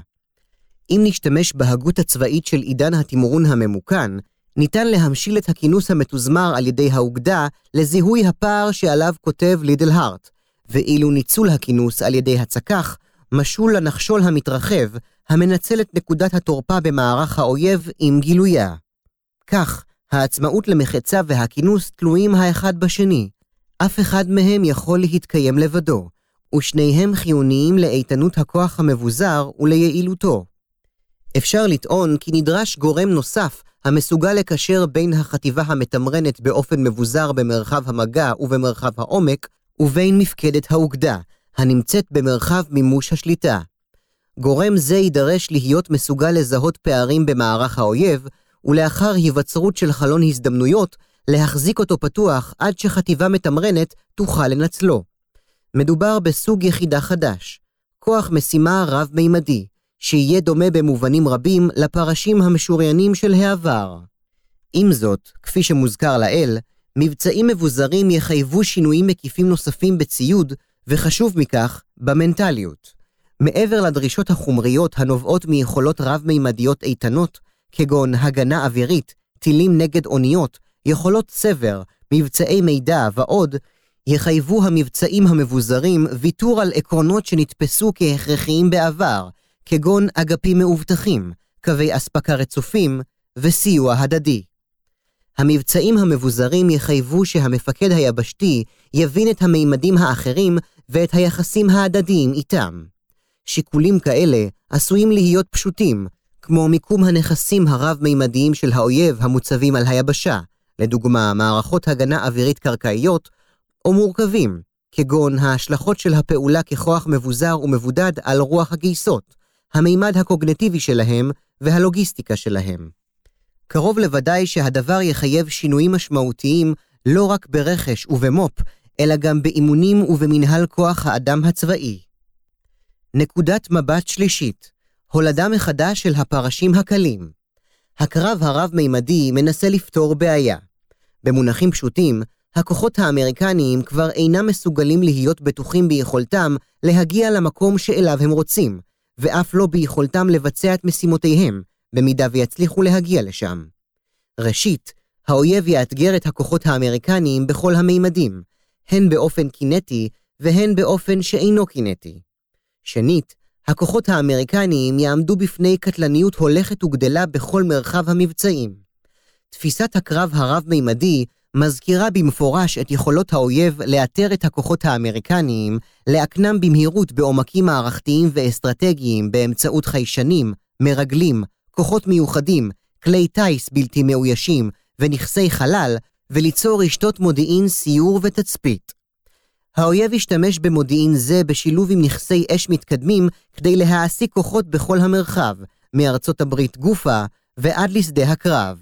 אם נשתמש בהגות הצבאית של עידן התמרון הממוכן, ניתן להמשיל את הכינוס המתוזמר על ידי האוגדה לזיהוי הפער שעליו כותב לידלהארט, ואילו ניצול הכינוס על ידי הצקח משול לנחשול המתרחב המנצל את נקודת התורפה במערך האויב עם גילויה. כך, העצמאות למחצה והכינוס תלויים האחד בשני. אף אחד מהם יכול להתקיים לבדו, ושניהם חיוניים לאיתנות הכוח המבוזר וליעילותו. אפשר לטעון כי נדרש גורם נוסף המסוגל לקשר בין החטיבה המתמרנת באופן מבוזר במרחב המגע ובמרחב העומק, ובין מפקדת האוגדה, הנמצאת במרחב מימוש השליטה. גורם זה יידרש להיות מסוגל לזהות פערים במערך האויב, ולאחר היווצרות של חלון הזדמנויות, להחזיק אותו פתוח עד שחטיבה מתמרנת תוכל לנצלו. מדובר בסוג יחידה חדש, כוח משימה רב-מימדי, שיהיה דומה במובנים רבים לפרשים המשוריינים של העבר. עם זאת, כפי שמוזכר לאל, מבצעים מבוזרים יחייבו שינויים מקיפים נוספים בציוד, וחשוב מכך, במנטליות. מעבר לדרישות החומריות הנובעות מיכולות רב-מימדיות איתנות, כגון הגנה אווירית, טילים נגד אוניות, יכולות סבר, מבצעי מידע ועוד, יחייבו המבצעים המבוזרים ויתור על עקרונות שנתפסו כהכרחיים בעבר, כגון אגפים מאובטחים, קווי אספקה רצופים וסיוע הדדי. המבצעים המבוזרים יחייבו שהמפקד היבשתי יבין את המימדים האחרים ואת היחסים ההדדיים איתם. שיקולים כאלה עשויים להיות פשוטים, כמו מיקום הנכסים הרב-מימדיים של האויב המוצבים על היבשה, לדוגמה מערכות הגנה אווירית קרקעיות, או מורכבים, כגון ההשלכות של הפעולה ככוח מבוזר ומבודד על רוח הגייסות, המימד הקוגניטיבי שלהם והלוגיסטיקה שלהם. קרוב לוודאי שהדבר יחייב שינויים משמעותיים לא רק ברכש ובמופ, אלא גם באימונים ובמנהל כוח האדם הצבאי. נקודת מבט שלישית, הולדה מחדש של הפרשים הקלים. הקרב הרב-מימדי מנסה לפתור בעיה. במונחים פשוטים, הכוחות האמריקניים כבר אינם מסוגלים להיות בטוחים ביכולתם להגיע למקום שאליו הם רוצים, ואף לא ביכולתם לבצע את משימותיהם, במידה ויצליחו להגיע לשם. ראשית, האויב יאתגר את הכוחות האמריקניים בכל המימדים, הן באופן קינטי והן באופן שאינו קינטי. שנית, הכוחות האמריקניים יעמדו בפני קטלניות הולכת וגדלה בכל מרחב המבצעים. תפיסת הקרב הרב-מימדי מזכירה במפורש את יכולות האויב לאתר את הכוחות האמריקניים, להקנם במהירות בעומקים מערכתיים ואסטרטגיים באמצעות חיישנים, מרגלים, כוחות מיוחדים, כלי טייס בלתי מאוישים ונכסי חלל, וליצור רשתות מודיעין, סיור ותצפית. האויב ישתמש במודיעין זה בשילוב עם נכסי אש מתקדמים כדי להעסיק כוחות בכל המרחב, מארצות הברית גופה ועד לשדה הקרב.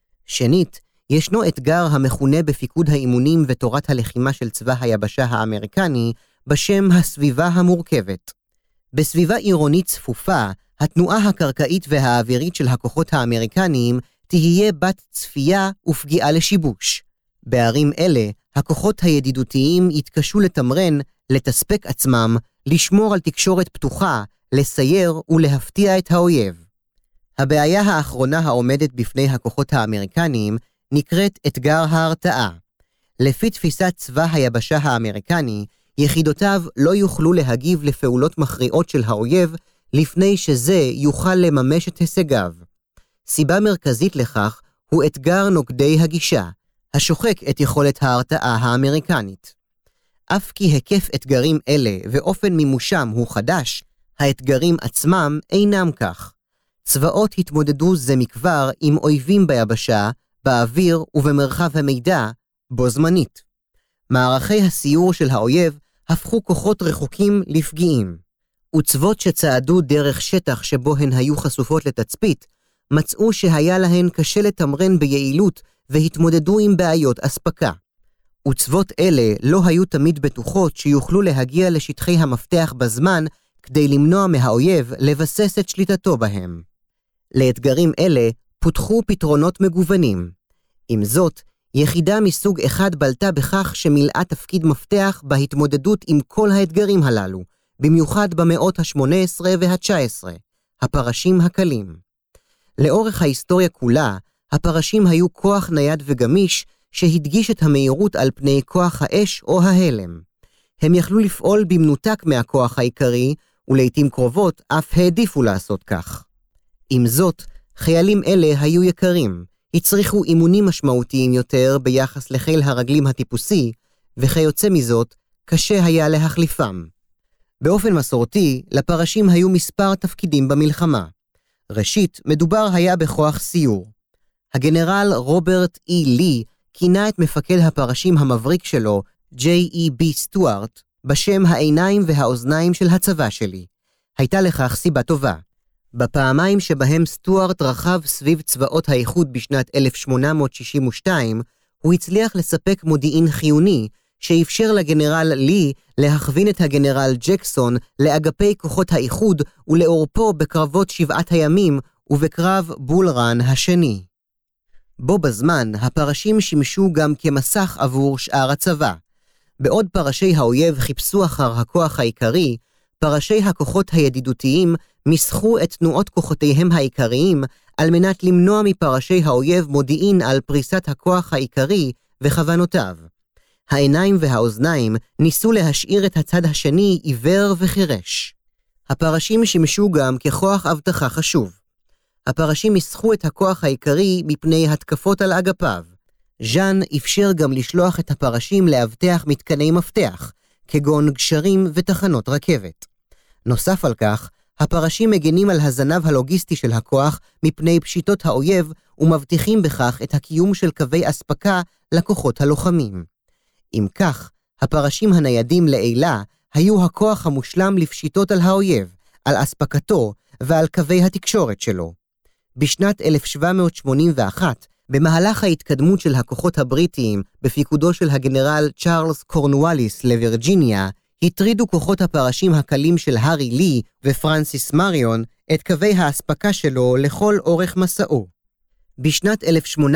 שנית, ישנו אתגר המכונה בפיקוד האימונים ותורת הלחימה של צבא היבשה האמריקני בשם הסביבה המורכבת. בסביבה עירונית צפופה, התנועה הקרקעית והאווירית של הכוחות האמריקניים תהיה בת צפייה ופגיעה לשיבוש. בערים אלה, הכוחות הידידותיים יתקשו לתמרן, לתספק עצמם, לשמור על תקשורת פתוחה, לסייר ולהפתיע את האויב. הבעיה האחרונה העומדת בפני הכוחות האמריקניים נקראת אתגר ההרתעה. לפי תפיסת צבא היבשה האמריקני, יחידותיו לא יוכלו להגיב לפעולות מכריעות של האויב לפני שזה יוכל לממש את הישגיו. סיבה מרכזית לכך הוא אתגר נוגדי הגישה, השוחק את יכולת ההרתעה האמריקנית. אף כי היקף אתגרים אלה ואופן מימושם הוא חדש, האתגרים עצמם אינם כך. צבאות התמודדו זה מכבר עם אויבים ביבשה, באוויר ובמרחב המידע, בו זמנית. מערכי הסיור של האויב הפכו כוחות רחוקים לפגיעים. וצוות שצעדו דרך שטח שבו הן היו חשופות לתצפית, מצאו שהיה להן קשה לתמרן ביעילות והתמודדו עם בעיות אספקה. וצוות אלה לא היו תמיד בטוחות שיוכלו להגיע לשטחי המפתח בזמן כדי למנוע מהאויב לבסס את שליטתו בהם. לאתגרים אלה פותחו פתרונות מגוונים. עם זאת, יחידה מסוג אחד בלטה בכך שמילאה תפקיד מפתח בהתמודדות עם כל האתגרים הללו, במיוחד במאות ה-18 וה-19, הפרשים הקלים. לאורך ההיסטוריה כולה, הפרשים היו כוח נייד וגמיש שהדגיש את המהירות על פני כוח האש או ההלם. הם יכלו לפעול במנותק מהכוח העיקרי, ולעיתים קרובות אף העדיפו לעשות כך. עם זאת, חיילים אלה היו יקרים, הצריכו אימונים משמעותיים יותר ביחס לחיל הרגלים הטיפוסי, וכיוצא מזאת, קשה היה להחליפם. באופן מסורתי, לפרשים היו מספר תפקידים במלחמה. ראשית, מדובר היה בכוח סיור. הגנרל רוברט אי לי כינה את מפקד הפרשים המבריק שלו, J.E.B. סטוארט, בשם העיניים והאוזניים של הצבא שלי. הייתה לכך סיבה טובה. בפעמיים שבהם סטוארט רכב סביב צבאות האיחוד בשנת 1862, הוא הצליח לספק מודיעין חיוני, שאפשר לגנרל לי להכווין את הגנרל ג'קסון לאגפי כוחות האיחוד ולאורפו בקרבות 7 הימים ובקרב בול רן השני. בו בזמן, הפרשים שימשו גם כמסך עבור שאר הצבא. בעוד פרשי האויב חיפשו אחר הכוח העיקרי, פרשי הכוחות הידידותיים מסחו את תנועות כוחותיהם העיקריים על מנת למנוע מפרשי האויב מודיעין על פריסת הכוח העיקרי וכוונותיו. העיניים והאוזניים ניסו להשאיר את הצד השני עיוור וחירש. הפרשים שימשו גם ככוח אבטחה חשוב. הפרשים מסחו את הכוח העיקרי מפני התקפות על אגפיו. ז'אן אפשר גם לשלוח את הפרשים לאבטח מתקני מפתח, כגון גשרים ותחנות רכבת. נוסף על כך, הפרשים מגנים על הזנב הלוגיסטי של הכוח מפני פשיטות האויב ומבטיחים בכך את הקיום של קווי אספקה לכוחות הלוחמים. אם כך, הפרשים הניידים לעילה היו הכוח המושלם לפשיטות על האויב, על אספקתו ועל קווי התקשורת שלו. בשנת 1781, במהלך ההתקדמות של הכוחות הבריטיים בפיקודו של הגנרל צ'ארלס קורנואליס לווירג'יניה, הטרידו כוחות הפרשים הקלים של הארי לי ופרנסיס מריון את קווי האספקה שלו לכל אורך מסעו. בשנת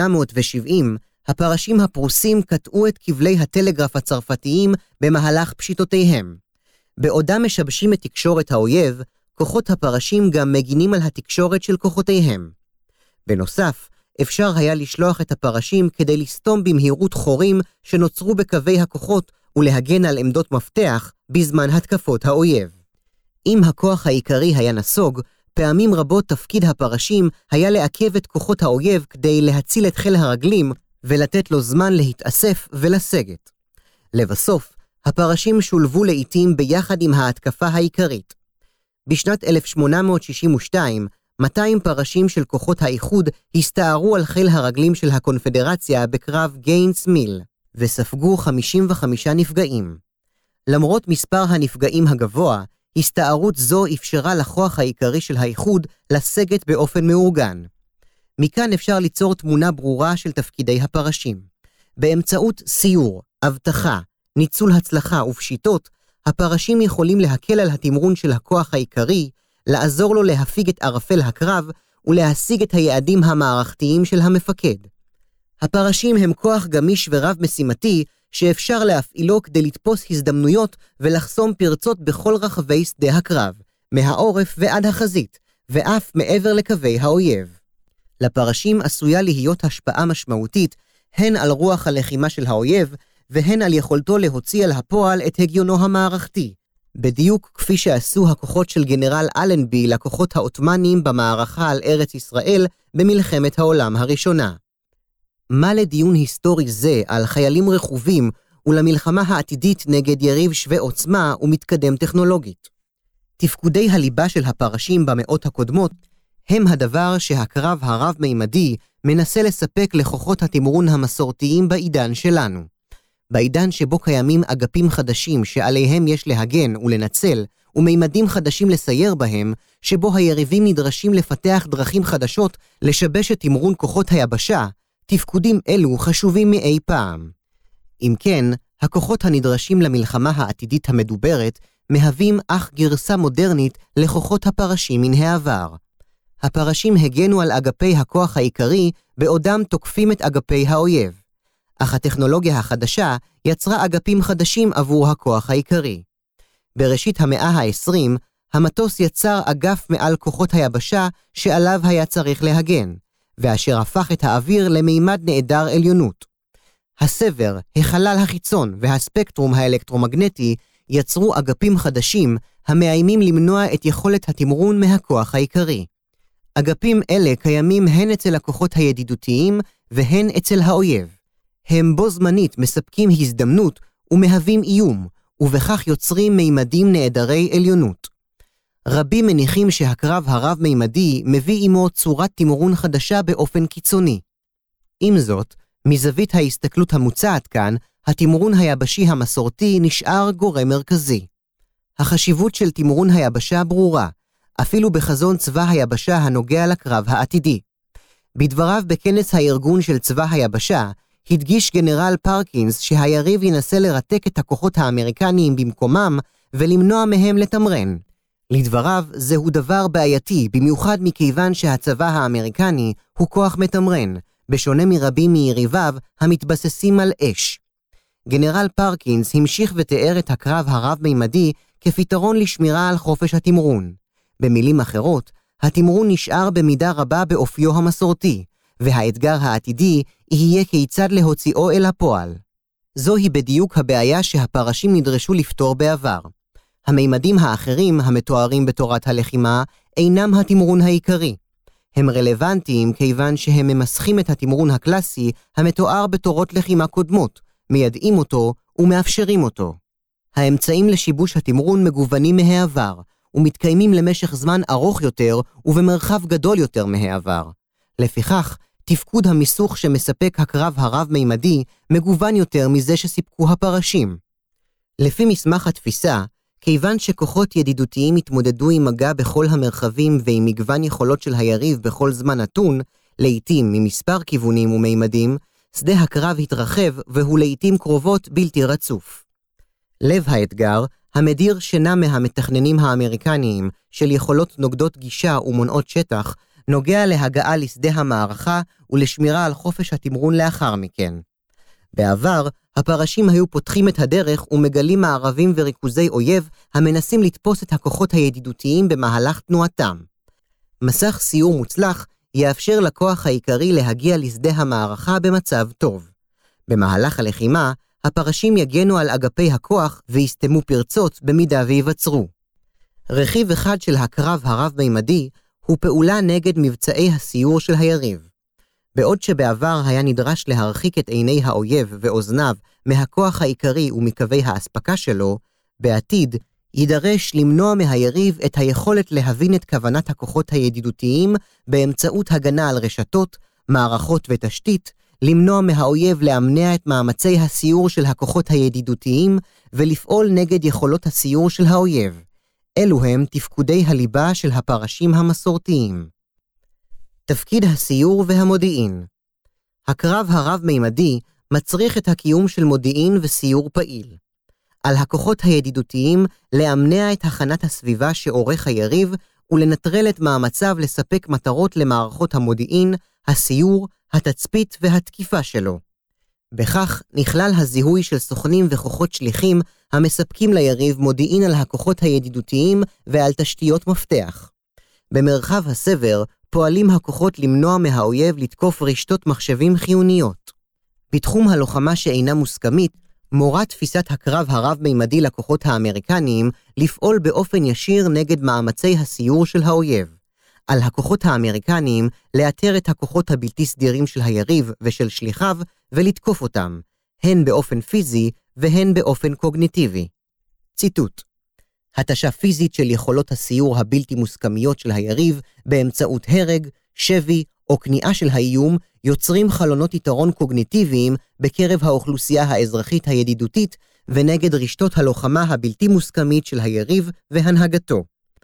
1870, הפרשים הפרוסים קטעו את כבלי הטלגרף הצרפתיים במהלך פשיטותיהם. בעודם משבשים את תקשורת האויב, כוחות הפרשים גם מגינים על התקשורת של כוחותיהם. בנוסף, אפשר היה לשלוח את הפרשים כדי לסתום במהירות חורים שנוצרו בקווי הכוחות ולהגן על עמדות מפתח בזמן התקפות האויב. אם הכוח העיקרי היה נסוג, פעמים רבות תפקיד הפרשים היה לעכב את כוחות האויב כדי להציל את חיל הרגלים ולתת לו זמן להתאסף ולסגת. לבסוף, הפרשים שולבו לעתים ביחד עם ההתקפה העיקרית. בשנת 1862, 200 פרשים של כוחות האיחוד הסתערו על חיל הרגלים של הקונפדרציה בקרב גיינס מיל, וספגו 55 נפגעים. למרות מספר הנפגעים הגבוה, הסתערות זו אפשרה לכוח העיקרי של האיחוד לסגת באופן מאורגן. מכאן אפשר ליצור תמונה ברורה של תפקידי הפרשים. באמצעות סיור, אבטחה, ניצול הצלחה ופשיטות, הפרשים יכולים להקל על התמרון של הכוח העיקרי, לעזור לו להפיג את ערפל הקרב ולהשיג את היעדים המערכתיים של המפקד. הפרשים הם כוח גמיש ורב משימתי שאפשר להפעילו כדי לתפוס הזדמנויות ולחסום פרצות בכל רחבי שדה הקרב, מהעורף ועד החזית, ואף מעבר לקווי האויב. לפרשים עשויה להיות השפעה משמעותית הן על רוח הלחימה של האויב והן על יכולתו להוציא על הפועל את הגיונו המערכתי, בדיוק כפי שעשו הכוחות של גנרל אלנבי לכוחות העות'מאנים במערכה על ארץ ישראל במלחמת העולם הראשונה. מה לדיון היסטורי זה על חיילים רכובים ולמלחמה העתידית נגד יריב שווה עוצמה ומתקדם טכנולוגית? תפקודי הליבה של הפרשים במאות הקודמות הם הדבר שהקרב הרב-מימדי מנסה לספק לכוחות התמרון המסורתיים בעידן שלנו. בעידן שבו קיימים אגפים חדשים שעליהם יש להגן ולנצל, ומימדים חדשים לסייר בהם, שבו היריבים נדרשים לפתח דרכים חדשות לשבש את תמרון כוחות היבשה, תפקודים אלו חשובים מאי פעם. אם כן, הכוחות הנדרשים למלחמה העתידית המדוברת מהווים אך גרסה מודרנית לכוחות הפרשים מן העבר. הפרשים הגנו על אגפי הכוח העיקרי בעודם תוקפים את אגפי האויב. אך הטכנולוגיה החדשה יצרה אגפים חדשים עבור הכוח העיקרי. בראשית המאה ה-20, המטוס יצר אגף מעל כוחות היבשה שעליו היה צריך להגן, ואשר הפך את האוויר למימד נעדר עליונות. הסבר, החלל החיצון והספקטרום האלקטרומגנטי יצרו אגפים חדשים המאיימים למנוע את יכולת התמרון מהכוח העיקרי. אגפים אלה קיימים הן אצל הכוחות הידידותיים והן אצל האויב. הם בו זמנית מספקים הזדמנות ומהווים איום, ובכך יוצרים מימדים נעדרי עליונות. רבים מניחים שהקרב הרב-מימדי מביא עמו צורת תמרון חדשה באופן קיצוני. עם זאת, מזווית ההסתכלות המוצעת כאן, התמרון היבשי המסורתי נשאר גורם מרכזי. החשיבות של תמרון היבשה ברורה, אפילו בחזון צבא היבשה הנוגע לקרב העתידי. בדבריו בכנס הארגון של צבא היבשה, הדגיש גנרל פרקינס שהיריב ינסה לרתק את הכוחות האמריקניים במקומם ולמנוע מהם לתמרן. לדבריו, זהו דבר בעייתי, במיוחד מכיוון שהצבא האמריקני הוא כוח מתמרן, בשונה מרבים מיריביו המתבססים על אש. גנרל פרקינס המשיך ותיאר את הקרב הרב-מימדי כפתרון לשמירה על חופש התמרון. במילים אחרות, התמרון נשאר במידה רבה באופיו המסורתי, והאתגר העתידי יהיה כיצד להוציאו אל הפועל. זוהי בדיוק הבעיה שהפרשים נדרשו לפתור בעבר. המימדים האחרים המתוארים בתורת הלחימה אינם התמרון העיקרי. הם רלוונטיים כיוון שהם ממסכים את התמרון הקלאסי המתואר בתורות לחימה קודמות, מיידעים אותו ומאפשרים אותו. האמצעים לשיבוש התמרון מגוונים מהעבר, ומתקיימים למשך זמן ארוך יותר ובמרחב גדול יותר מהעבר. לפיכך, תפקוד המיסוך שמספק הקרב הרב-מימדי מגוון יותר מזה שסיפקו הפרשים. לפי מסמך התפיסה, כיוון שכוחות ידידותיים התמודדו עם מגע בכל המרחבים ועם מגוון יכולות של היריב בכל זמן נתון, לעתים ממספר כיוונים ומימדים, שדה הקרב התרחב והוא לעתים קרובות בלתי רצוף. לב האתגר, המדיר שינה מהמתכננים האמריקניים של יכולות נוגדות גישה ומונעות שטח, נוגע להגעה לשדה המערכה ולשמירה על חופש התמרון לאחר מכן. בעבר, הפרשים היו פותחים את הדרך ומגלים מערבים וריכוזי אויב המנסים לתפוס את הכוחות הידידותיים במהלך תנועתם. מסך סיור מוצלח יאפשר לכוח העיקרי להגיע לשדה המערכה במצב טוב. במהלך הלחימה, הפרשים יגנו על אגפי הכוח ויסתמו פרצות במידה ויווצרו. רכיב אחד של הקרב הרב-מימדי הוא פעולה נגד מבצעי הסיור של היריב. בעוד שבעבר היה נדרש להרחיק את עיני האויב ואוזניו מהכוח העיקרי ומקווי האספקה שלו, בעתיד יידרש למנוע מהיריב את היכולת להבין את כוונת הכוחות הידידותיים באמצעות הגנה על רשתות, מערכות ותשתית, למנוע מהאויב להמנע את מאמצי הסיור של הכוחות הידידותיים ולפעול נגד יכולות הסיור של האויב. אלו הם תפקודי הליבה של הפרשים המסורתיים. תפקיד הסיור והמודיעין. הקרב הרב-מימדי מצריך את הקיום של מודיעין וסיור פעיל. על הכוחות הידידותיים להמנע את הכנת הסביבה שעורך היריב ולנטרל את מאמציו לספק מטרות למערכות המודיעין, הסיור, התצפית והתקיפה שלו. בכך נכלל הזיהוי של סוכנים וכוחות שליחים המספקים ליריב מודיעין על הכוחות הידידותיים ועל תשתיות מפתח. במרחב הסבר פועלים הכוחות למנוע מהאויב לתקוף רשתות מחשבים חיוניות. בתחום הלוחמה שאינה מוסכמית, מורה תפיסת הקרב הרב-מימדי לכוחות האמריקניים לפעול באופן ישיר נגד מאמצי הסיור של האויב. על הכוחות האמריקניים לאתר את הכוחות הבלתי סדירים של היריב ושל שליחיו ולתקוף אותם, הן באופן פיזי והן באופן קוגניטיבי. ציטוט: התשה פיזית של יכולות הסיור הבלתי מוסכמיות של היריב באמצעות הרג, שבי או כניעה של האיום יוצרים חלונות יתרון קוגניטיביים בקרב האוכלוסייה האזרחית הידידותית ונגד רשתות הלוחמה הבלתי מוסכמית של היריב והנהגתו.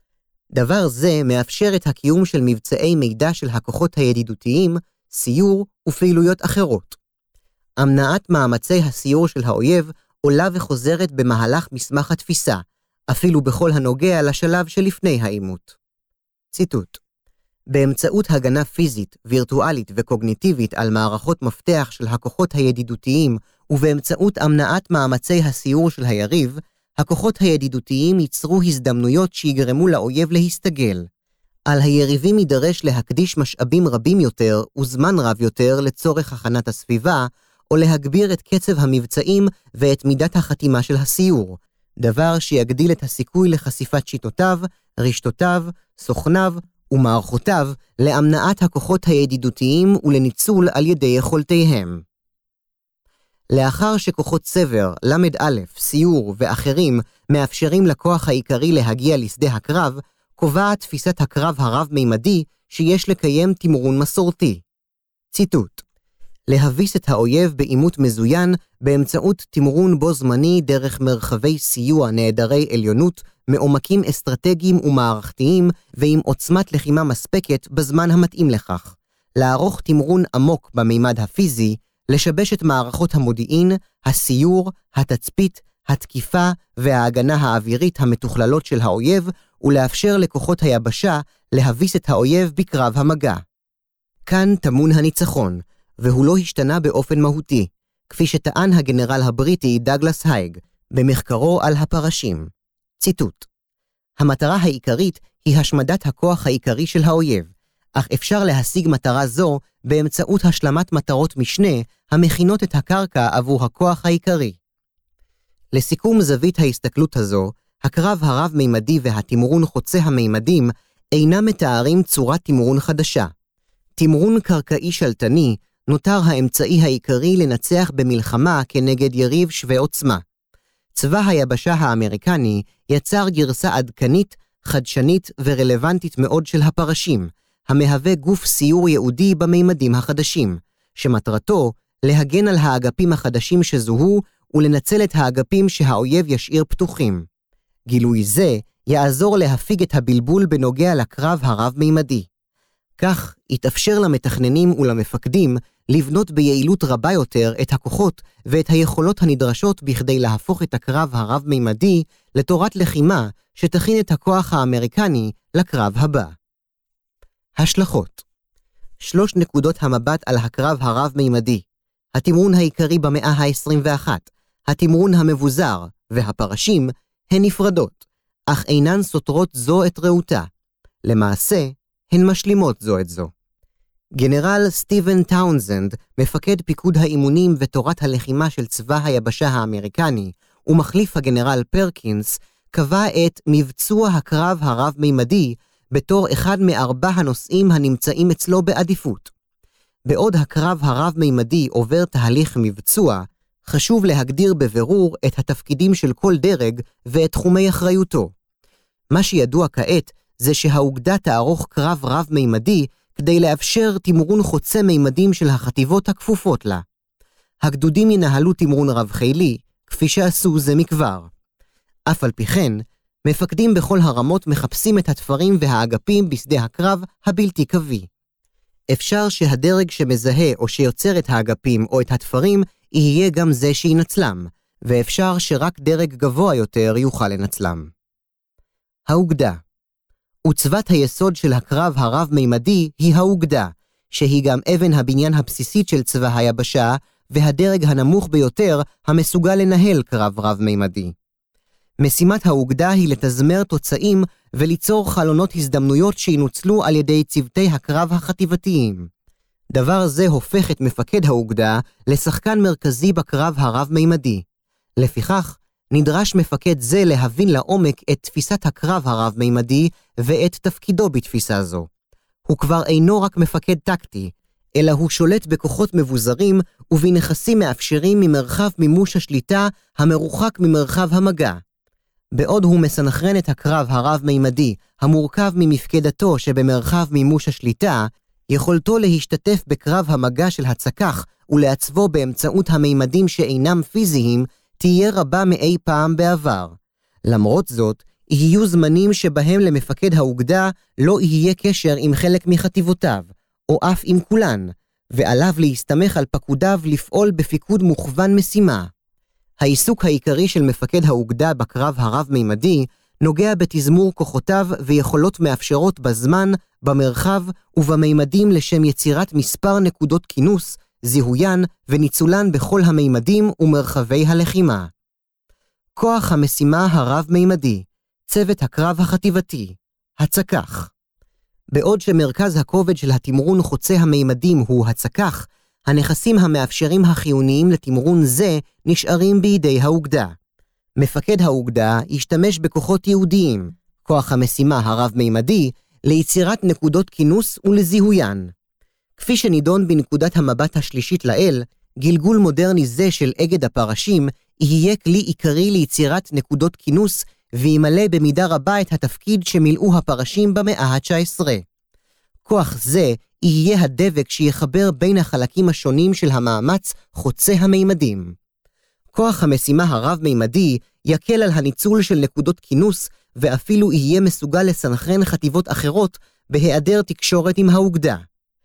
דבר זה מאפשר את הקיום של מבצעי מידע של הכוחות הידידותיים, סיור ופעילויות אחרות. המנעת מאמצי הסיור של האויב עולה וחוזרת במהלך מסמך התפיסה, אפילו בכל הנוגע לשלב שלפני העימות. ציטוט: באמצעות הגנה פיזית, וירטואלית וקוגניטיבית על מערכות מפתח של הכוחות הידידותיים ובאמצעות אמנעת מאמצי הסיור של היריב, הכוחות הידידותיים ייצרו הזדמנויות שיגרמו לאויב להסתגל. על היריבים יידרש להקדיש משאבים רבים יותר וזמן רב יותר לצורך הכנת הסביבה, או להגביר את קצב המבצעים ואת מידת החתימה של הסיור, דבר שיגדיל את הסיכוי לחשיפת שיטותיו, רשתותיו, סוכניו ומערכותיו להמנעת הכוחות הידידותיים ולניצול על ידי יכולתיהם. לאחר שכוחות סבר, למד א', סיור ואחרים מאפשרים לכוח העיקרי להגיע לשדה הקרב, קובעת תפיסת הקרב הרב-מימדי שיש לקיים תמרון מסורתי. ציטוט: להביס את האויב בעימות מזוין באמצעות תמרון בו זמני דרך מרחבי סיוע נעדרי עליונות, מעומקים אסטרטגיים ומערכתיים ועם עוצמת לחימה מספקת בזמן המתאים לכך. לערוך תמרון עמוק במימד הפיזי, לשבש את מערכות המודיעין, הסיור, התצפית, התקיפה וההגנה האווירית המתוכללות של האויב, ולאפשר לכוחות היבשה להביס את האויב בקרב המגע. כאן טמון הניצחון, והוא לא השתנה באופן מהותי, כפי שטען הגנרל הבריטי דאגלס הייג במחקרו על הפרשים. ציטוט: המטרה העיקרית היא השמדת הכוח העיקרי של האויב, אך אפשר להשיג מטרה זו באמצעות השלמת מטרות משנה המכינות את הקרקע עבור הכוח העיקרי. לסיכום זווית ההסתכלות הזו, הקרב הרב-מימדי והתמרון חוצה המימדים אינם מתארים צורת תמרון חדשה. תמרון קרקעי שלטני נותר האמצעי העיקרי לנצח במלחמה כנגד יריב שווה עוצמה. צבא היבשה האמריקני יצר גרסה עדכנית, חדשנית ורלוונטית מאוד של הפרשים, המהווה גוף סיור ייעודי במימדים החדשים, שמטרתו להגן על האגפים החדשים שזוהו ולנצל את האגפים שהאויב ישאיר פתוחים. גילוי זה יעזור להפיג את הבלבול בנוגע לקרב הרב-מימדי. כך יתאפשר למתכננים ולמפקדים לבנות ביעילות רבה יותר את הכוחות ואת היכולות הנדרשות בכדי להפוך את הקרב הרב-מימדי לתורת לחימה שתכין את הכוח האמריקני לקרב הבא. השלכות 3 נקודות המבט על הקרב הרב-מימדי: התמרון העיקרי במאה ה-21, התמרון המבוזר והפרשים הן נפרדות, אך אינן סותרות זו את רעותה. למעשה, הן משלימות זו את זו. גנרל סטיבן טאונזנד, מפקד פיקוד האימונים ותורת הלחימה של צבא היבשה האמריקני, ומחליף הגנרל פרקינס, קבע את מבצוע הקרב הרב-מימדי בתור אחד מ4 הנושאים הנמצאים אצלו בעדיפות. בעוד הקרב הרב-מימדי עובר תהליך מבצוע, חשוב להגדיר בבירור את התפקידים של כל דרג ואת תחומי אחריותו. מה שידוע כעת זה שהאוגדה תערוך קרב רב-מימדי כדי לאפשר תמרון חוצה מימדים של החטיבות הכפופות לה. הגדודים ינהלו תמרון רב-חילי, כפי שעשו זה מכבר. אף על פי כן, מפקדים בכל הרמות מחפשים את התפרים והאגפים בשדה הקרב הבלתי קווי. אפשר שהדרג שמזהה או שיוצר את האגפים או את התפרים יהיה גם זה שינצלם, ואפשר שרק דרג גבוה יותר יוכל לנצלם. האוגדה. עוצבת היסוד של הקרב הרב-מימדי היא האוגדה, שהיא גם אבן הבניין הבסיסית של צבא היבשה, והדרג הנמוך ביותר המסוגל לנהל קרב רב-מימדי. משימת האוגדה היא לתזמר תוצאים וליצור חלונות הזדמנויות שינוצלו על ידי צוותי הקרב החטיבתיים. דבר זה הופך את מפקד האוגדה לשחקן מרכזי בקרב הרב-מימדי. לפיכך, נדרש מפקד זה להבין לעומק את תפיסת הקרב הרב-מימדי ואת תפקידו בתפיסה זו. הוא כבר אינו רק מפקד טקטי, אלא הוא שולט בכוחות מבוזרים ובנכסים מאפשרים ממרחב מימוש השליטה המרוחק ממרחב המגע. בעוד הוא מסנכרן את הקרב הרב-מימדי המורכב ממפקדתו שבמרחב מימוש השליטה, יכולתו להשתתף בקרב המגע של הצקח ולעצבו באמצעות המימדים שאינם פיזיים תהיה רבה מאי פעם בעבר. למרות זאת, יהיו זמנים שבהם למפקד האוגדה לא יהיה קשר עם חלק מחטיבותיו, או אף עם כולן, ועליו להסתמך על פקודיו לפעול בפיקוד מוכוון משימה. העיסוק העיקרי של מפקד האוגדה בקרב הרב-מימדי נוגע בתזמור כוחותיו ויכולות מאפשרות בזמן, במרחב ובמימדים לשם יצירת מספר נקודות כינוס, זיהוין וניצולן בכל המימדים ומרחבי הלחימה. כוח המשימה הרב-מימדי, צוות הקרב החטיבתי, הצק"ח. בעוד שמרכז הכובד של התמרון חוצה המימדים הוא הצק"ח, הנכסים המאפשרים החיוניים לתמרון זה נשארים בידי האוגדה. מפקד האוגדה ישתמש בכוחות ייעודיים, כוח המשימה הרב-מימדי, ליצירת נקודות כינוס ולזיהוין. כפי שנידון בנקודת המבט השלישית לאל, גלגול מודרני זה של אגד הפרשים יהיה כלי עיקרי ליצירת נקודות כינוס וימלא במידה רבה את התפקיד שמילאו הפרשים במאה ה-19. כוח זה יהיה הדבק שיחבר בין החלקים השונים של המאמץ חוצה המימדים. כוח המשימה הרב-מימדי יקל על הניצול של נקודות כינוס ואפילו יהיה מסוגל לסנכרן חטיבות אחרות בהיעדר תקשורת עם האוגדה.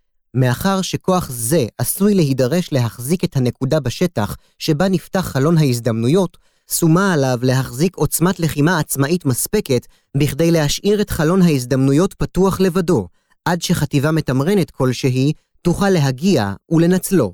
מאחר שכוח זה עשוי להידרש להחזיק את הנקודה בשטח שבה נפתח חלון ההזדמנויות, שומה עליו להחזיק עוצמת לחימה עצמאית מספקת בכדי להשאיר את חלון ההזדמנויות פתוח לבדו, עד שחטיבה מתמרנת כלשהי תוכל להגיע ולנצלו.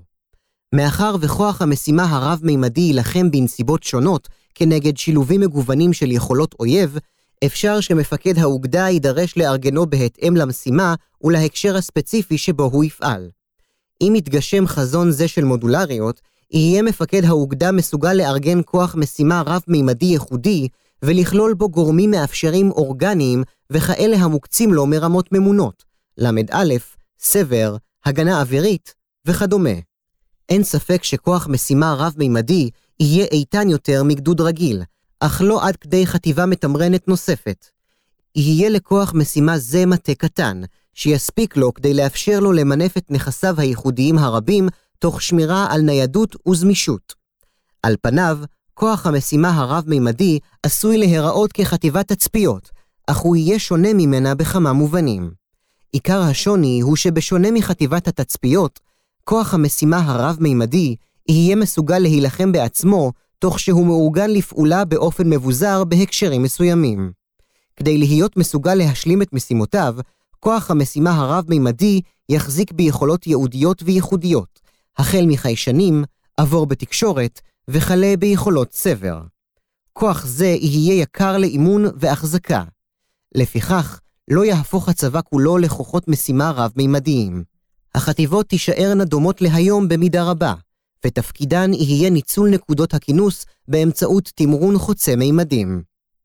מאחר וכוח המשימה הרב-מימדי ילחם בנסיבות שונות כנגד שילובים מגוונים של יכולות אויב, אפשר שמפקד האוגדה יידרש לארגנו בהתאם למשימה ולהקשר הספציפי שבו הוא יפעל. אם יתגשם חזון זה של מודולריות, יהיה מפקד האוגדה מסוגל לארגן כוח משימה רב-מימדי ייחודי ולכלול בו גורמים מאפשרים אורגניים וכאלה המוקצים לו מרמות ממונות, למד א', סבר, הגנה אווירית וכדומה. אין ספק שכוח משימה רב-מימדי יהיה איתן יותר מגדוד רגיל, אך לא עד כדי חטיבה מתמרנת נוספת. יהיה לכוח משימה זה מטה קטן, שיספיק לו כדי לאפשר לו למנף את נכסיו הייחודיים הרבים, תוך שמירה על ניידות וזמישות. על פניו, כוח המשימה הרב-מימדי עשוי להיראות כחטיבת תצפיות, אך הוא יהיה שונה ממנה בכמה מובנים. עיקר השוני הוא שבשונה מחטיבת התצפיות, כוח המשימה הרב-מימדי יהיה מסוגל להילחם בעצמו, תוך שהוא מאורגן לפעולה באופן מבוזר בהקשרים מסוימים. כדי להיות מסוגל להשלים את משימותיו, כוח המשימה הרב-מימדי יחזיק ביכולות ייעודיות וייחודיות, החל מחיישנים, עבור בתקשורת וכלה ביכולות סבר. כוח זה יהיה יקר לאימון והחזקה. לפיכך, לא יהפוך הצבא כולו לכוחות משימה רב-מימדיים. החטיבות תישארנה דומות להיום במידה רבה, ותפקידן יהיה ניצול נקודות הכינוס באמצעות תמרון חוצה מימדים.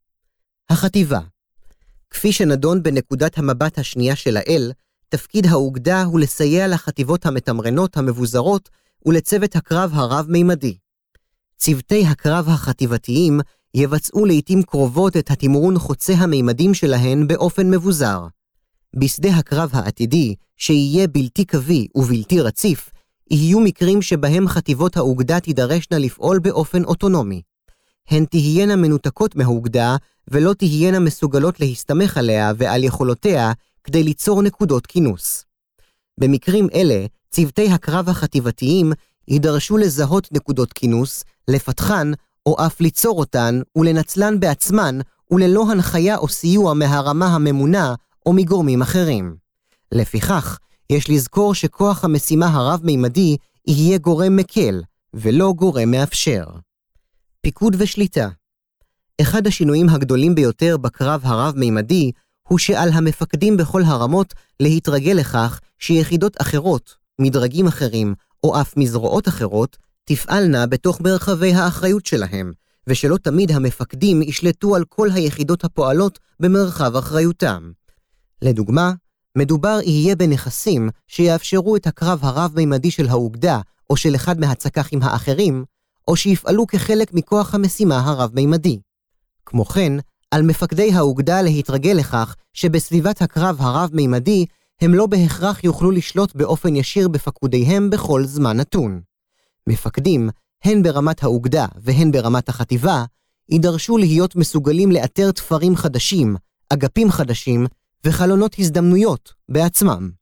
החטיבה. כפי שנדון בנקודת המבט השנייה של האל, תפקיד האוגדה הוא לסייע לחטיבות המתמרנות המבוזרות ולצוות הקרב הרב-מימדי. צוותי הקרב החטיבתיים יבצעו לעתים קרובות את התמרון חוצה המימדים שלהן באופן מבוזר. בשדה הקרב העתידי, שיהיה בלתי קווי ובלתי רציף, יהיו מקרים שבהם חטיבות האוגדה תידרשנה לפעול באופן אוטונומי. הן תהיינה מנותקות מהאוגדה ולא תהיינה מסוגלות להסתמך עליה ועל יכולותיה כדי ליצור נקודות כינוס. במקרים אלה, צוותי הקרב החטיבתיים יידרשו לזהות נקודות כינוס, לפתחן או אף ליצור אותן ולנצלן בעצמן וללא הנחיה או סיוע מהרמה הממונה או מגורמים אחרים. לפיכך, יש לזכור שכוח המשימה הרב-מימדי יהיה גורם מקל ולא גורם מאפשר. פיקוד ושליטה. אחד השינויים הגדולים ביותר בקרב הרב-מימדי הוא שעל המפקדים בכל הרמות להתרגל לכך שיחידות אחרות, מדרגים אחרים או אף מזרועות אחרות תפעלנה בתוך מרחבי האחריות שלהם, ושלא תמיד המפקדים ישלטו על כל היחידות הפועלות במרחב אחריותם. לדוגמה, מדובר יהיה בנכסים שיאפשרו את הקרב הרב-מימדי של האוגדה או של אחד מהצק"חים האחרים, או שיפעלו כחלק מכוח המשימה הרב-מימדי. כמו כן, על מפקדי האוגדה להתרגל לכך שבסביבת הקרב הרב-מימדי הם לא בהכרח יוכלו לשלוט באופן ישיר בפקודיהם בכל זמן נתון. מפקדים, הן ברמת האוגדה והן ברמת החטיבה, יידרשו להיות מסוגלים לאתר תפרים חדשים, אגפים חדשים וחלונות הזדמנויות בעצמם.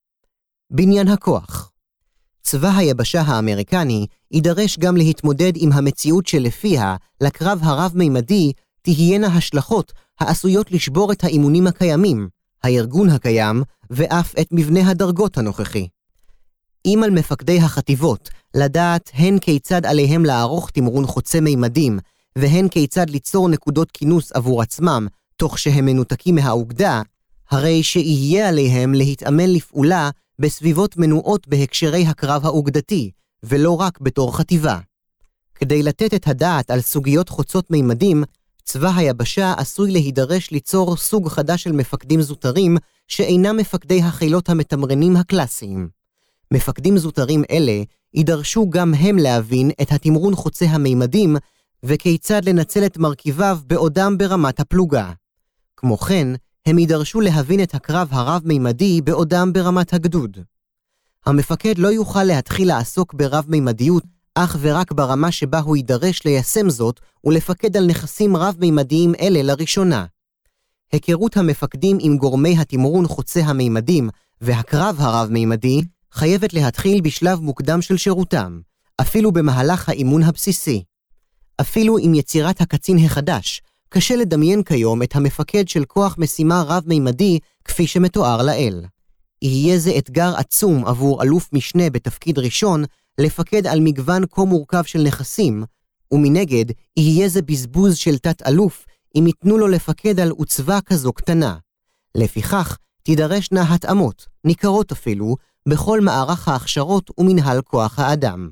בניין הכוח. צבא היבשה האמריקני יידרש גם להתמודד עם המציאות שלפיה לקרב הרב-מימדי תהיינה השלכות העשויות לשבור את האימונים הקיימים, הארגון הקיים, ואף את מבנה הדרגות הנוכחי. אם על מפקדי החטיבות לדעת הן כיצד עליהם לערוך תמרון חוצה מימדים, והן כיצד ליצור נקודות כינוס עבור עצמם, תוך שהם מנותקים מהאוגדה, הרי שיהיה עליהם להתאמן לפעולה בסביבות מנועות בהקשרי הקרב האוגדתי, ולא רק בתור חטיבה. כדי לתת את הדעת על סוגיות חוצות מימדים, צבא היבשה עשוי להידרש ליצור סוג חדש של מפקדים זוטרים שאינם מפקדי החילות המתמרנים הקלאסיים. מפקדים זוטרים אלה יידרשו גם הם להבין את התמרון חוצה המימדים וכיצד לנצל את מרכיביו בעודם ברמת הפלוגה. כמו כן, הם יידרשו להבין את הקרב הרב-מימדי בעודם ברמת הגדוד. המפקד לא יוכל להתחיל לעסוק ברב-מימדיות אך ורק ברמה שבה הוא יידרש ליישם זאת ולפקד על נכסים רב-מימדיים אלה לראשונה. היכרות המפקדים עם גורמי התמרון חוצה המימדים והקרב הרב-מימדי חייבת להתחיל בשלב מוקדם של שירותם, אפילו במהלך האימון הבסיסי. אפילו עם יצירת הקצין החדש, קשה לדמיין כיום את המפקד של כוח משימה רב-מימדי כפי שמתואר לאל. יהיה זה אתגר עצום עבור אלוף משנה בתפקיד ראשון לפקד על מגוון כה מורכב של נכסים, ומנגד יהיה זה בזבוז של תת-אלוף אם ייתנו לו לפקד על עוצבה כזו קטנה. לפיכך, תידרשנה התאמות, ניכרות אפילו, בכל מערך ההכשרות ומנהל כוח האדם.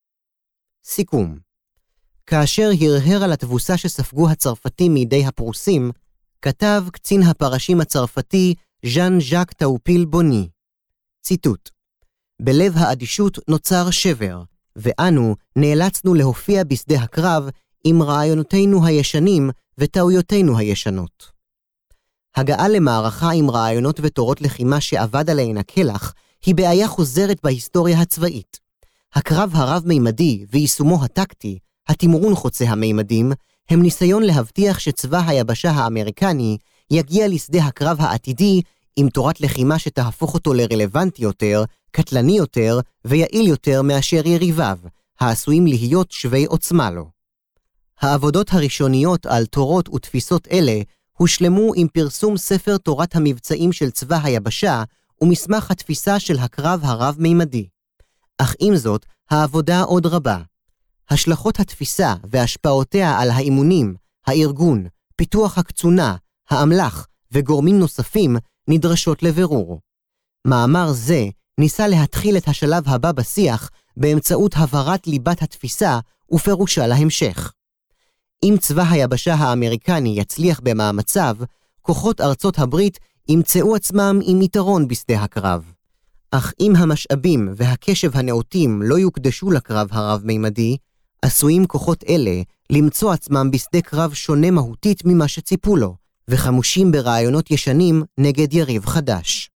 סיכום. כאשר הרהר על התבוסה שספגו הצרפתים מידי הפרוסים, כתב קצין הפרשים הצרפתי ז'אן ז'אק טאופיל בוני. ציטוט: בלב האדישות נוצר שבר, ואנו נאלצנו להופיע בשדה הקרב עם רעיונותינו הישנים וטעויותינו הישנות. הגעה למערכה עם רעיונות ותורות לחימה שעבד עליהן הכלח היא בעיה חוזרת בהיסטוריה הצבאית. הקרב הרב-מימדי ויישומו הטקטי, התמרון חוצה המימדים, הם ניסיון להבטיח שצבא היבשה האמריקני יגיע לשדה הקרב העתידי עם תורת לחימה שתהפוך אותו לרלוונטי יותר, קטלני יותר ויעיל יותר מאשר יריביו, העשויים להיות שווי עוצמה לו. העבודות הראשוניות על תורות ותפיסות אלה הושלמו עם פרסום ספר תורת המבצעים של צבא היבשה ומסמך התפיסה של הקרב הרב-מימדי. אך עם זאת, העבודה עוד רבה. השלכות התפיסה והשפעותיה על האימונים, הארגון, פיתוח הקצונה, האמל"ח וגורמים נוספים נדרשות לבירור. מאמר זה ניסה להתחיל את השלב הבא בשיח באמצעות הבהרת ליבת התפיסה ופירושה להמשך. אם צבא היבשה האמריקני יצליח במאמציו, כוחות ארצות הברית ימצאו עצמם עם יתרון בשדה הקרב. אך אם המשאבים והקשב הנאותים לא יוקדשו לקרב הרב-מימדי, עשויים כוחות אלה למצוא עצמם בשדה קרב שונה מהותית ממה שציפו לו, וחמושים ברעיונות ישנים נגד יריב חדש.